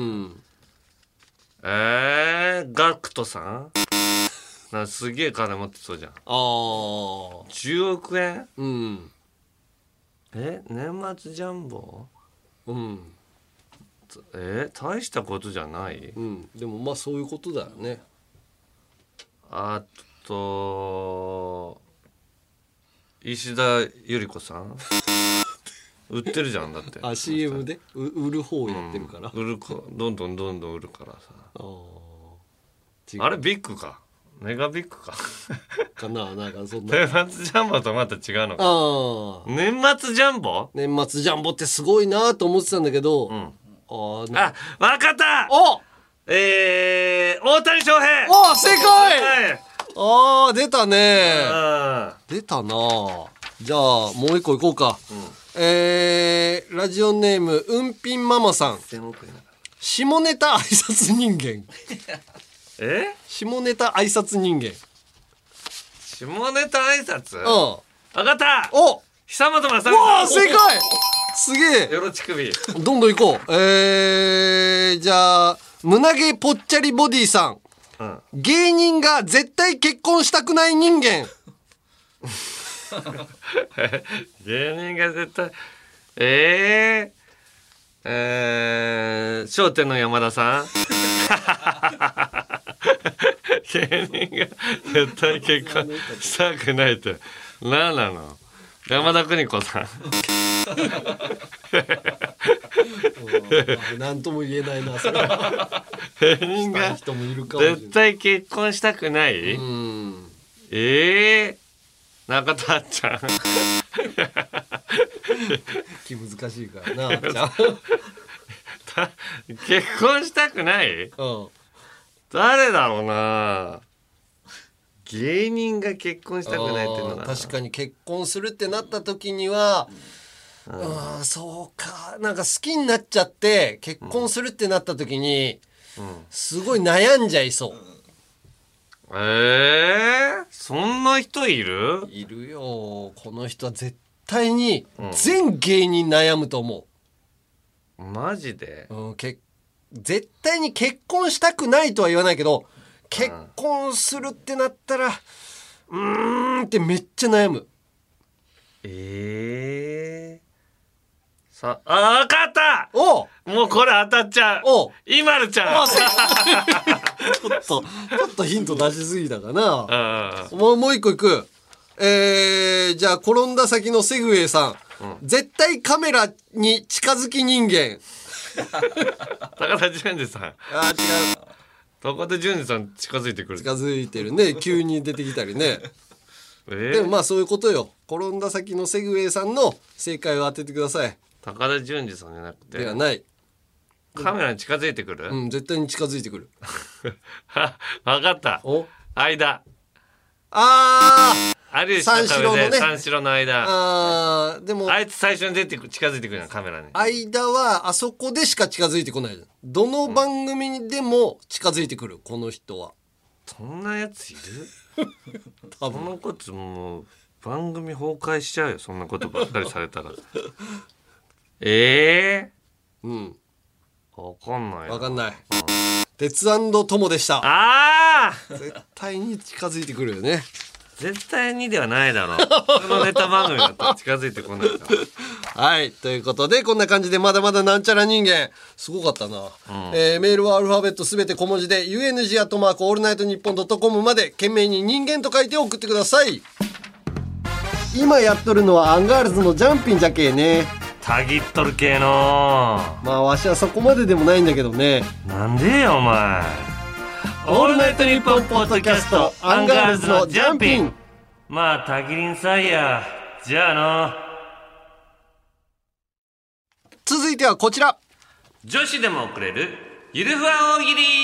えー、ガクトさんなんかすげえ金持ってそうじゃん。ああじゅうおくえん。 うん。 え年末ジャンボ。 うん。 え大したことじゃない、 うん、でもまあそういうことだよね。 あと石田ゆり子さん売ってるじゃんだって。 あ シーエム で売る方をやってるから、 うん、売るかどんどんどんどん売るからさ。 ああれビッグかメガビッグかかな、なんかそんな。 年末ジャンボとまた違うのか。 ああ。 年末ジャンボ？ 年末ジャンボってすごいなと思ってたんだけど。うん、 ああ、わかった。 お、 えー、大谷翔平。 お、正解。ああ、出たね。出たな。じゃあもう一個いこうか。うん、えー、ラジオネームうんぴんママさん。下ネタ挨拶人間。 え？ 下ネタ挨拶人間。 下ネタ挨拶？うん。わかった。 お、 久本雅美さん。 わあ、正解。すげえ。 よろち首。 どんどん行こう。えー、じゃあ胸毛ぽっちゃりボディさん。うん、芸人が絶対結婚したくない人間。 芸人が絶対えー、えー、笑点の山田さん。芸人が絶対結婚したくないって何なの？山田邦子さん。 何とも言えないな。 芸人が絶対結婚したくない？うん、ええー、中田あっちゃん。 気難しいからな。じゃあ結婚したくない？うん、誰だろうな。芸人が結婚したくないっていうのは確かに結婚するってなった時には、うん、うん、そうか、なんか好きになっちゃって結婚するってなった時に、うん、すごい悩んじゃいそう。 えー、そんな人いる？ いるよ。この人は絶対に全芸人悩むと思う。うん、マジで？ うん、け絶対に結婚したくないとは言わないけど、結婚するってなったらうーんってめっちゃ悩む。 えー、さあ、分かった。 お、 もうこれ当たっちゃう。お、イマルちゃん。 ちょっとちょっとヒント出しすぎたかな。もうもう一個いく。えー、じゃあ転んだ先のセグウェイさん、うん、絶対カメラに近づき人間。 高田純次さん。あ、違う。高田純次さん近づいてくる。 近づいてるね。急に出てきたりね。えー、でもまあそういうことよ。転んだ先のセグウェイさんの正解を当ててください。 高田純次さんじゃなくて。 ではない。 カメラに近づいてくる？ うん、絶対に近づいてくる。 わかった。お、間。 ああ有吉の壁で三四郎の間。 ああ、でもあいつ最初に出てく近づいてくるやん、カメラに。 間はあそこでしか近づいてこない。どの番組にでも近づいてくる、この人は。 そんなやついる？多分そのこともう番組崩壊しちゃうよ、そんなことばっかりされたら。ええー、うん、わかんない。 わかんない。鉄&友でした。 ああ、 絶対に近づいてくるよね。 絶対にではないだろう。そのネタ番組だったら近づいてこないから。 はい、ということでこんな感じでまだまだなんちゃら人間すごかったな。うん、えー、メールはアルファベットすべて小文字で ユーエヌジー アットマークオールナイトニッポンドットコムまで懸命に人間と書いて送ってください。今やっとるのはアンガールズのジャンピンじゃけーね。 たぎっとる系の。 まあわしはそこまででもないんだけどね。 なんでよお前。オールナイトニッポンポッドキャストアンガールズのジャンピン。まあたぎりんさいや。じゃあの。 続いてはこちら。 女子でも送れるゆるふわ大喜利。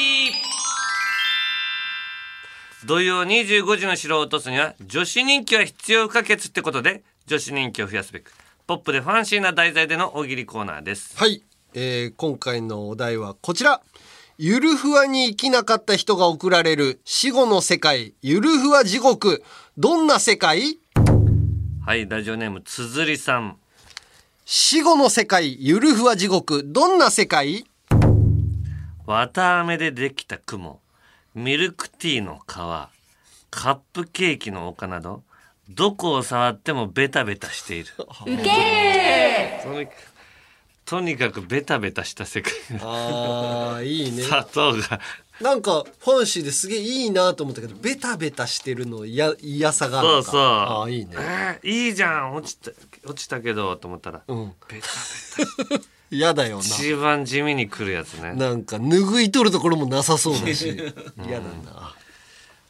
土曜にじゅうごじの城を落とすには女子人気は必要不可欠ってことで、女子人気を増やすべくポップでファンシーな題材での大喜利コーナーです。 はい、えー、今回のお題はこちら。ゆるふわに生きなかった人が送られる死後の世界、ゆるふわ地獄、どんな世界？ はい、ラジオネームつづりさん。 死後の世界、ゆるふわ地獄、どんな世界？ 綿あめでできた雲、ミルクティーの皮、カップケーキの丘など、どこを触ってもベタベタしている。 ウケー。とにかくベタベタした世界。 あー、いいね。 砂糖がなんかファンシーですげえいいなと思ったけど、ベタベタしてるの嫌嫌さがあるのか。 そうそう。 あー、いいね。 えー、いいじゃん、落ちた落ちたけどと思ったら、うん、ベタベタ嫌だよな。 一番地味にくるやつね。 なんか拭い取るところもなさそうだし嫌だな。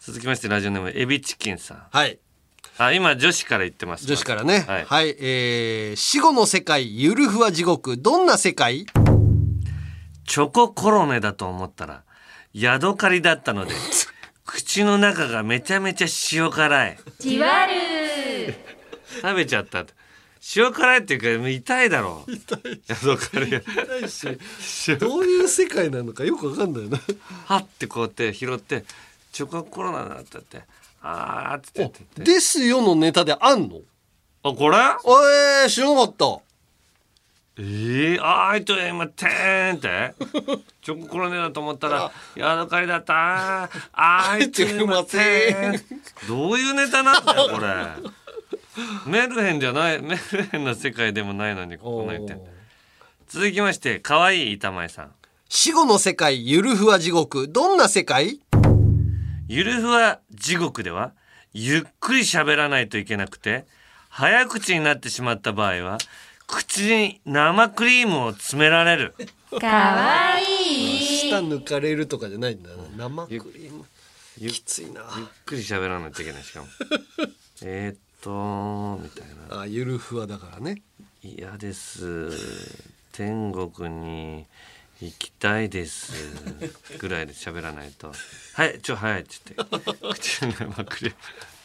続きましてラジオネームエビチキンさん。 はい。 あ、今女子から言ってます。 女子からね。 はい。 はい、えー、死後の世界、ゆるふわ地獄、どんな世界？ チョココロネだと思ったら、ヤドカリだったので、口の中がめちゃめちゃ塩辛い。 じわる食べちゃった。塩辛いっていうか痛いだろう。 痛い。 ヤドカリが。 痛いし、どういう世界なのかよくわかんないな。 はってこうやって拾って、チョココロナだったって、あーって言って。 ですよのネタであんの？ あ、これ？ えー、知らなかった。 えー、あーいと今てーんってチョココロネだと思ったらヤドカリだったあーいと今てーんどういうネタなんだよこれメルヘンじゃないメルヘンな世界でもないのにここ泣いてん。続きまして可愛い板前さん。 死後の世界ゆるふわ地獄どんな世界？ ゆるふわ地獄ではゆっくり喋らないといけなくて早口になってしまった場合は口に生クリームを詰められる。 かわいい。 舌抜かれるとかじゃないんだな。生クリームきついな。 ゆっくり喋らないといけないしかもえーっとみたいな。 あ、ゆるふわだからね。 嫌です。天国に行きたいですぐらいで喋らないとはいちょ早いっつって口に生クリーム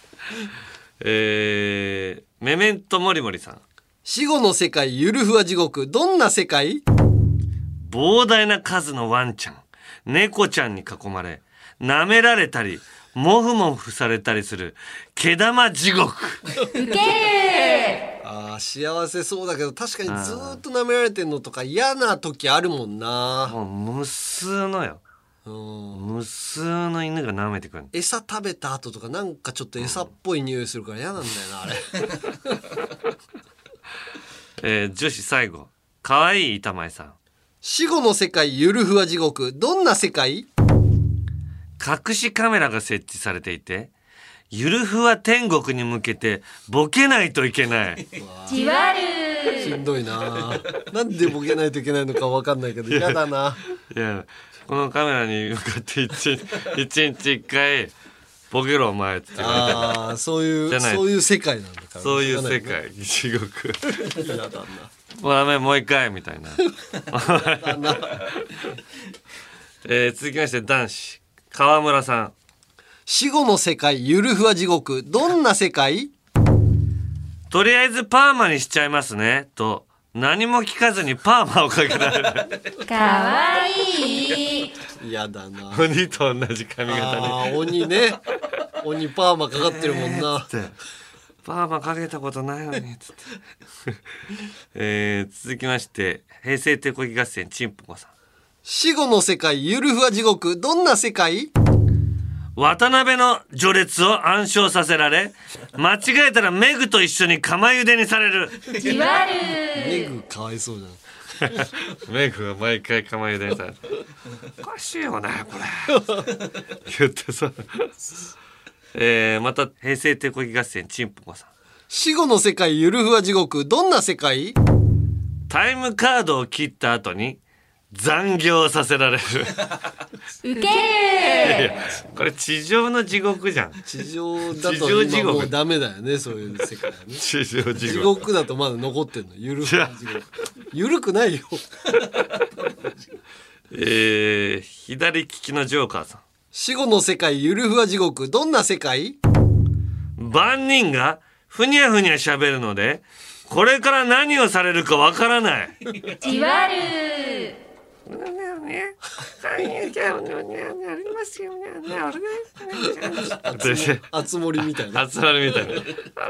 えー、メメントモリモリさん。 死後の世界ゆるふわ地獄どんな世界？ 膨大な数のワンちゃん猫ちゃんに囲まれ舐められたりモフモフされたりする毛玉地獄。 ウケる。 あー幸せそうだけど確かにずーっと舐められてんのとか嫌な時あるもんな。 もう無数のよ、うん、無数の犬が舐めてくる。 餌食べた後とかなんかちょっと餌っぽい匂いするから嫌なんだよなあれえー、女子最後可愛い板前さん。 死後の世界ゆるふわ地獄どんな世界？ 隠しカメラが設置されていてゆるふわ天国に向けてボケないといけない。 じわる。 しんどいな。なんでボケないといけないのかわかんないけど嫌だな。 いやこのカメラに向かって一日一回ボケろお前って言われて。 ああそういうそういう世界なんだから。 そういう世界地獄。 嫌だな。 もうダメもう一回みたいな。えー、続きまして男子川村さん。 死後の世界ゆるふわ地獄どんな世界？ とりあえずパーマにしちゃいますねと何も聞かずにパーマをかけられる。 かわいい。 嫌だな。 鬼と同じ髪型に。 あー鬼ね。鬼パーマかかってるもんな。 えー、パーマかけたことないのにつって、えー、続きまして平成手こぎ合戦ちんぽこさん。 死後の世界ゆるふわ地獄どんな世界？ 渡辺の序列を暗唱させられ間違えたらメグと一緒に釜茹でにされる。 じわる。 メグかわいそうじゃん。 メグは毎回釜茹でにされる。おかしいよねこれ言ってさ、えー、また平成手こぎ合戦ちんぽこさん。 死後の世界ゆるふわ地獄どんな世界？ タイムカードを切った後に残業させられる。 ウケる。 いやいやこれ地上の地獄じゃん。 地上だと今もうダメだよねそういう世界はね。 地上地獄。 地獄だとまだ残ってんの。ゆるふわ地獄。ゆるくないよ。 えー、左利きのジョーカーさん。 死後の世界ゆるふわ地獄どんな世界？ 万人がふにゃふにゃ喋るのでこれから何をされるかわからない。 じわる。 あつ森みたいな。 あつ森みたいな。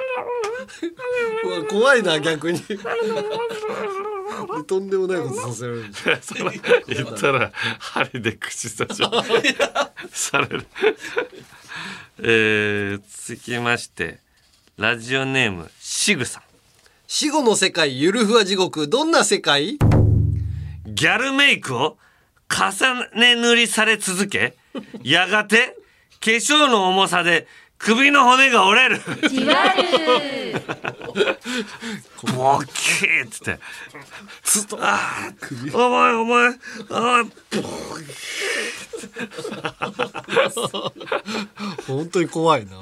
怖いな逆に。とんでもないことさせられる。 言ったら針で口刺しされる。えー、続きましてラジオネームシグさん。 死後の世界ゆるふわ地獄どんな世界？ ギャルメイクを重ね塗りされ続けやがて化粧の重さで首の骨が折れる。 じわる。 ボキーっつってああお前お前ああボキー本当に怖いな。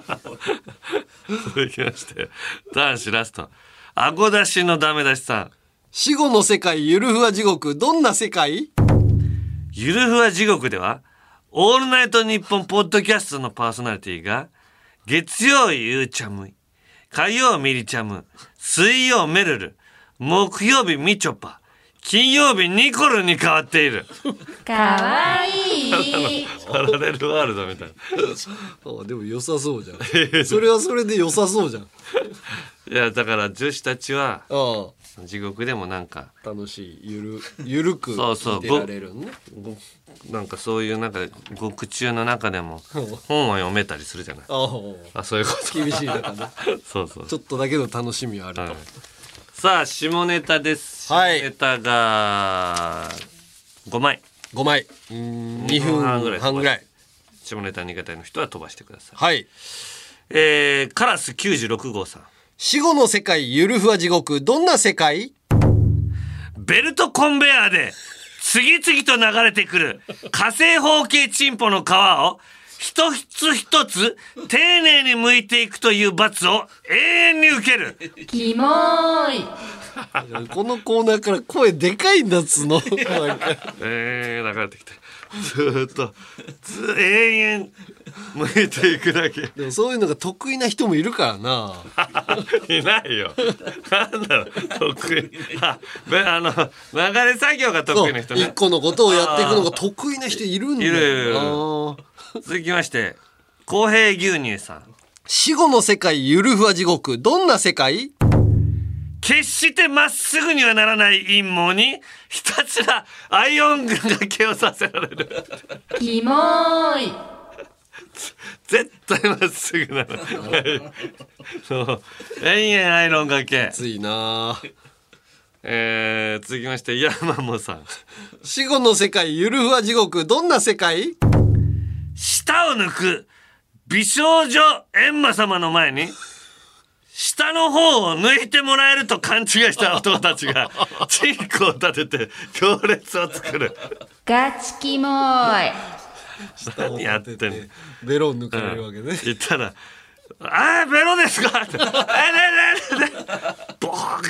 続きまして男子ラストあご出しのダメ出しさん。 死後の世界ゆるふわ地獄どんな世界？ ゆるふわ地獄ではオールナイトニッポンポッドキャストのパーソナリティが月曜ゆうちゃむ、火曜みりちゃむ、水曜めるる、木曜日みちょぱ、金曜日ニコルに変わっている。 かわいい。 パラレルワールドみたいな。 あでも良さそうじゃん。それはそれで良さそうじゃん。 いやだから女子たちはああ地獄でもなんか楽しいゆるゆるくそうそう出られるね。 なんかそういうなんか獄中の中でも本は読めたりするじゃない。 ああそういうこと厳しい中ね。 そうそうちょっとだけの楽しみはあると、 はい、さあ下ネタです。 はい、 下ネタがごまいごまいにふんはんぐらい半ぐらい。 下ネタ苦手の人は飛ばしてください。 はい、 えー、カラスきゅうじゅうろく号さん。 死後の世界ゆるふわ地獄どんな世界？ ベルトコンベヤーで次々と流れてくる火星方形チンポの皮を一つ一つ丁寧に剥いていくという罰を永遠に受ける。 キモーい。 このコーナーから声でかいんだっつの。 えー、流れてきてずーっとず永遠剥いていくだけ。 でもそういうのが得意な人もいるからな。 いないよ。なんだろう得意。あ、あの流れ作業が得意な人ね。 一個のことをやっていくのが得意な人いるんだよ。 いるいるいる。続きまして公平牛乳さん。 死後の世界ゆるふわ地獄どんな世界？ 決してまっすぐにはならない陰謀にひたすらアイオンがけをさせられる。 キモーい。 絶対まっすぐなの。そう延々アイロンがけ。 ついな。 えー、続きましてヤマモさん。 死後の世界ゆるふわ地獄どんな世界？ 舌を抜く美少女閻魔様の前に下の方を抜いてもらえると勘違いした男たちがチンコを立てて行列を作る。 ガチキモーい。 何やってんの。 ベロを抜かれるわけね。 うん、言ったら「あーベロですか?」って「えねねねねボー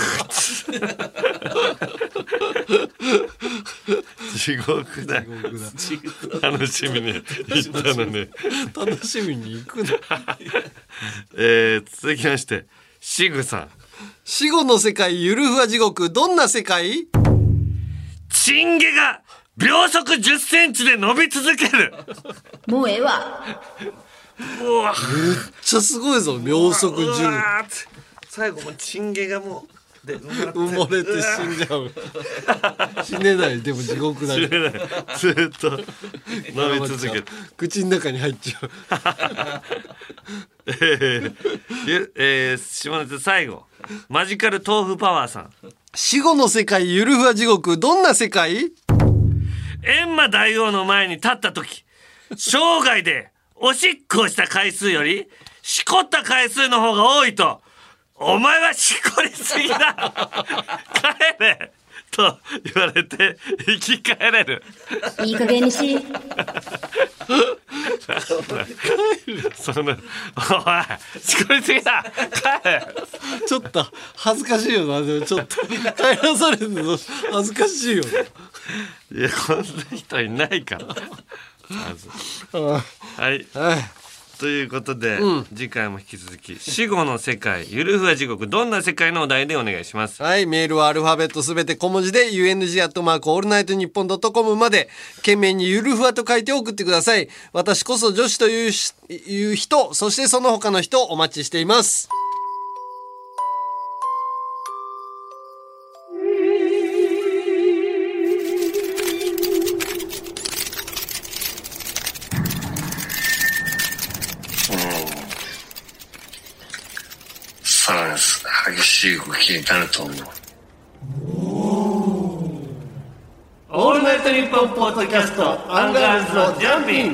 ッ地獄だ。楽しみに行ったのに楽しみに行くの。 えー、続きましてシグさん。 死後の世界ゆるふわ地獄どんな世界？ チンゲが秒速じゅっセンチで伸び続ける。 もうええわ。 うわめっちゃすごいぞ秒速じゅう。 最後もチンゲがもうで埋もれて死んじゃう。死ねない。でも地獄だね。 死ねない。ずっと伸び続ける。 口の中に入っちゃう。 えーえー、下ネタ最後マジカル豆腐パワーさん。 死後の世界ゆるふわ地獄どんな世界？ 閻魔大王の前に立った時生涯でおしっこをした回数よりしこった回数の方が多いとお前はしこりすぎだ帰れと言われて生き返れる。 いい加減にし。 そのおいしこりすぎだ帰れ。 ちょっと恥ずかしいよな。でもちょっと帰らされるの恥ずかしいよな。 いやこんな人いないからまずはい、はい、ということで、うん、次回も引き続き死後の世界ゆるふわ地獄どんな世界のお題でお願いします。 はい、メールはアルファベットすべて小文字で ユーエヌジー アットマークオールナイトニッポンドットコムまで懸命にゆるふわと書いて送ってください。私こそ女子といういう人、そしてその他の人お待ちしています。 激しい動きになると思う。オールナイトニッポンポッドキャストアンガールズのジャンピング。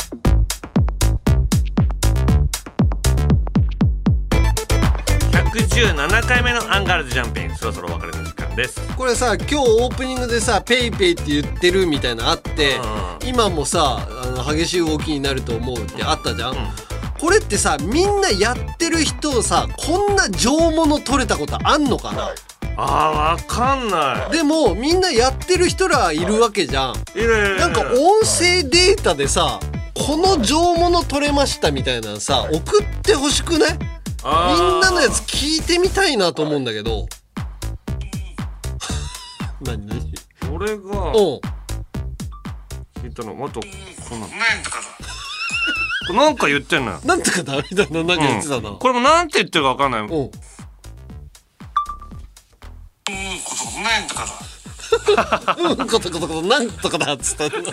ひゃくじじゅうななかいめのアンガールズジャンピン、そろそろお別れの時間です。 これさ、今日オープニングでさペイペイって言ってるみたいなのあって、うん、今もさあの激しい動きになると思うってあったじゃん、うん、これってさみんなやってる人さこんな上物取れたことあんのかな。 あー、わかんない。 でもみんなやってる人らいるわけじゃん。 いる。 なんか音声データでさこの上物取れましたみたいなのさ送ってほしくない？みんなのやつ聞いてみたいなと思うんだけど。何？ 俺が聞いたのもっとこんななんとかだ。なんか言ってんのよ。 なんとかだみたいな、なんか言ってたな、うん、 これもなんて言ってるか分かんない。うん。 うんことことことなんとかだっつったの。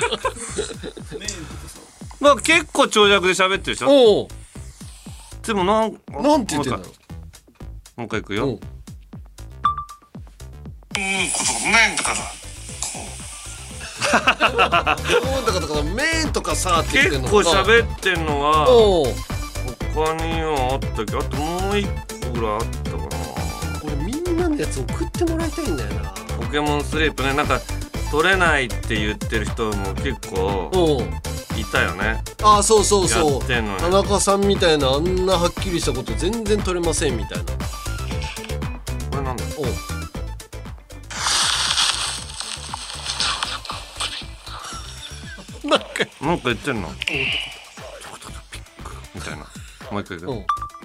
まあ結構長尺で喋ってるでしょ。 おう。 でもなんなんて言ってんだろう。もう一回いくよ。うん。 なんとかだ。なんとかとかめんとかさって言ってんのか。 結構喋ってんのは他にはあったけど、あともう一個ぐらいあったかな。 これみんなのやつ送ってもらいたいんだよな。 ポケモンスレープね、なんか取れないって言ってる人も結構いたよね。 ああ、そうそうそう。 やってんのに田中さんみたいなあんなはっきりしたこと全然取れませんみたいな。これなんだ。 おう。なんかなんか言ってんの。みたいな。もう一回言う。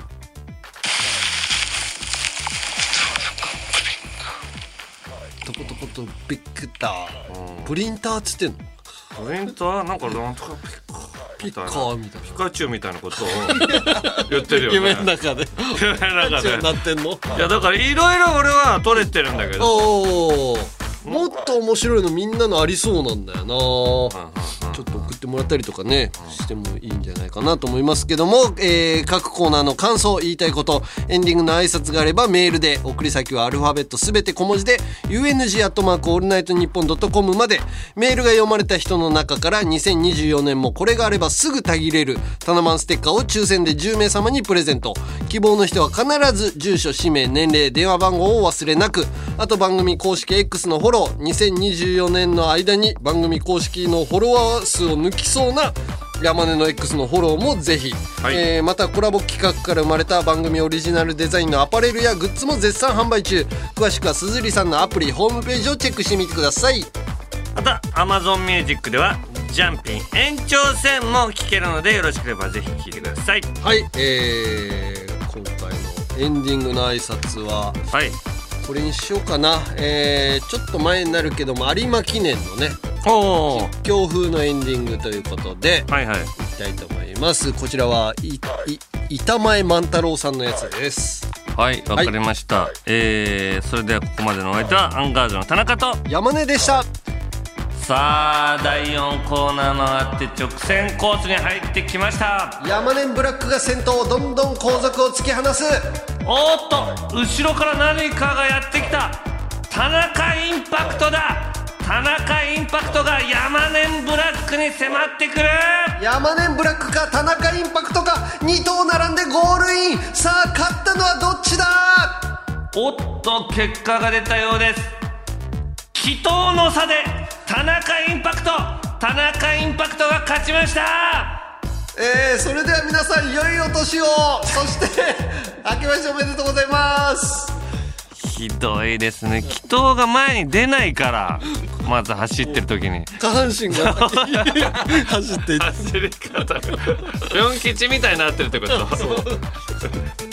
トコトコとビッグター、プリンターっつってんの。 プリンターなんかなんとかピッカーみたいな、 ピカチュウみたいなことを言ってるよね。 夢の中で夢の中でなってんの。 いやだからいろいろ俺は取れてるんだけど、 おもっと面白いのみんなのありそうなんだよな。ちょっと送ってもらったりとかねしてもいいんじゃないかなと思いますけども、えー、各コーナーの感想、言いたいこと、エンディングの挨拶があればメールで、送り先はアルファベットすべて小文字で ユーエヌジー アットマークオールナイトニッポンドットコムまで。メールが読まれた人の中からにせんにじゅうよねんもこれがあればすぐたぎれるタナマンステッカーを抽選でじゅうめいさまにプレゼント。希望の人は必ず住所、氏名、年齢、電話番号を忘れなく。あと番組公式 X のフォロー、にせんにじゅうよねんの間に番組公式のフォロワー数を抜きそうな山根の X のフォローもぜひ、はい、えー、またコラボ企画から生まれた番組オリジナルデザインのアパレルやグッズも絶賛販売中。詳しくはすずりさんのアプリ、ホームページをチェックしてみてください。 また Amazon Music ではジャンピン延長戦も聴けるので、よろしければぜひ聴いてください。 はい、えー、今回のエンディングの挨拶は、 はい、 これにしようかな。えー、ちょっと前になるけども有馬記念のね強風のエンディングということで、 はいはい、いきたいと思います。こちらはいい板前万太郎さんのやつです。 はい、わかりました、はい、えー、それではここまでのお相手はアンガールズの田中と山根でした。 さあだいよんコーナー回って直線コースに入ってきました。 山根ブラックが先頭、どんどん後続を突き放す。 おっと後ろから何かがやってきた。田中インパクトだ。田中インパクトが山根ブラックに迫ってくる。 山根ブラックか田中インパクトか、に頭並んでゴールイン。さあ勝ったのはどっちだ。 おっと結果が出たようです。気頭の差で田中インパクト田中インパクトが勝ちました。 えー、それでは皆さん良いお年を。そして明けましておめでとうございます。 ひどいですね。気頭が前に出ないから、まず走ってる時に下半身が走っていって走り方ピョン吉みたいになってるってこと。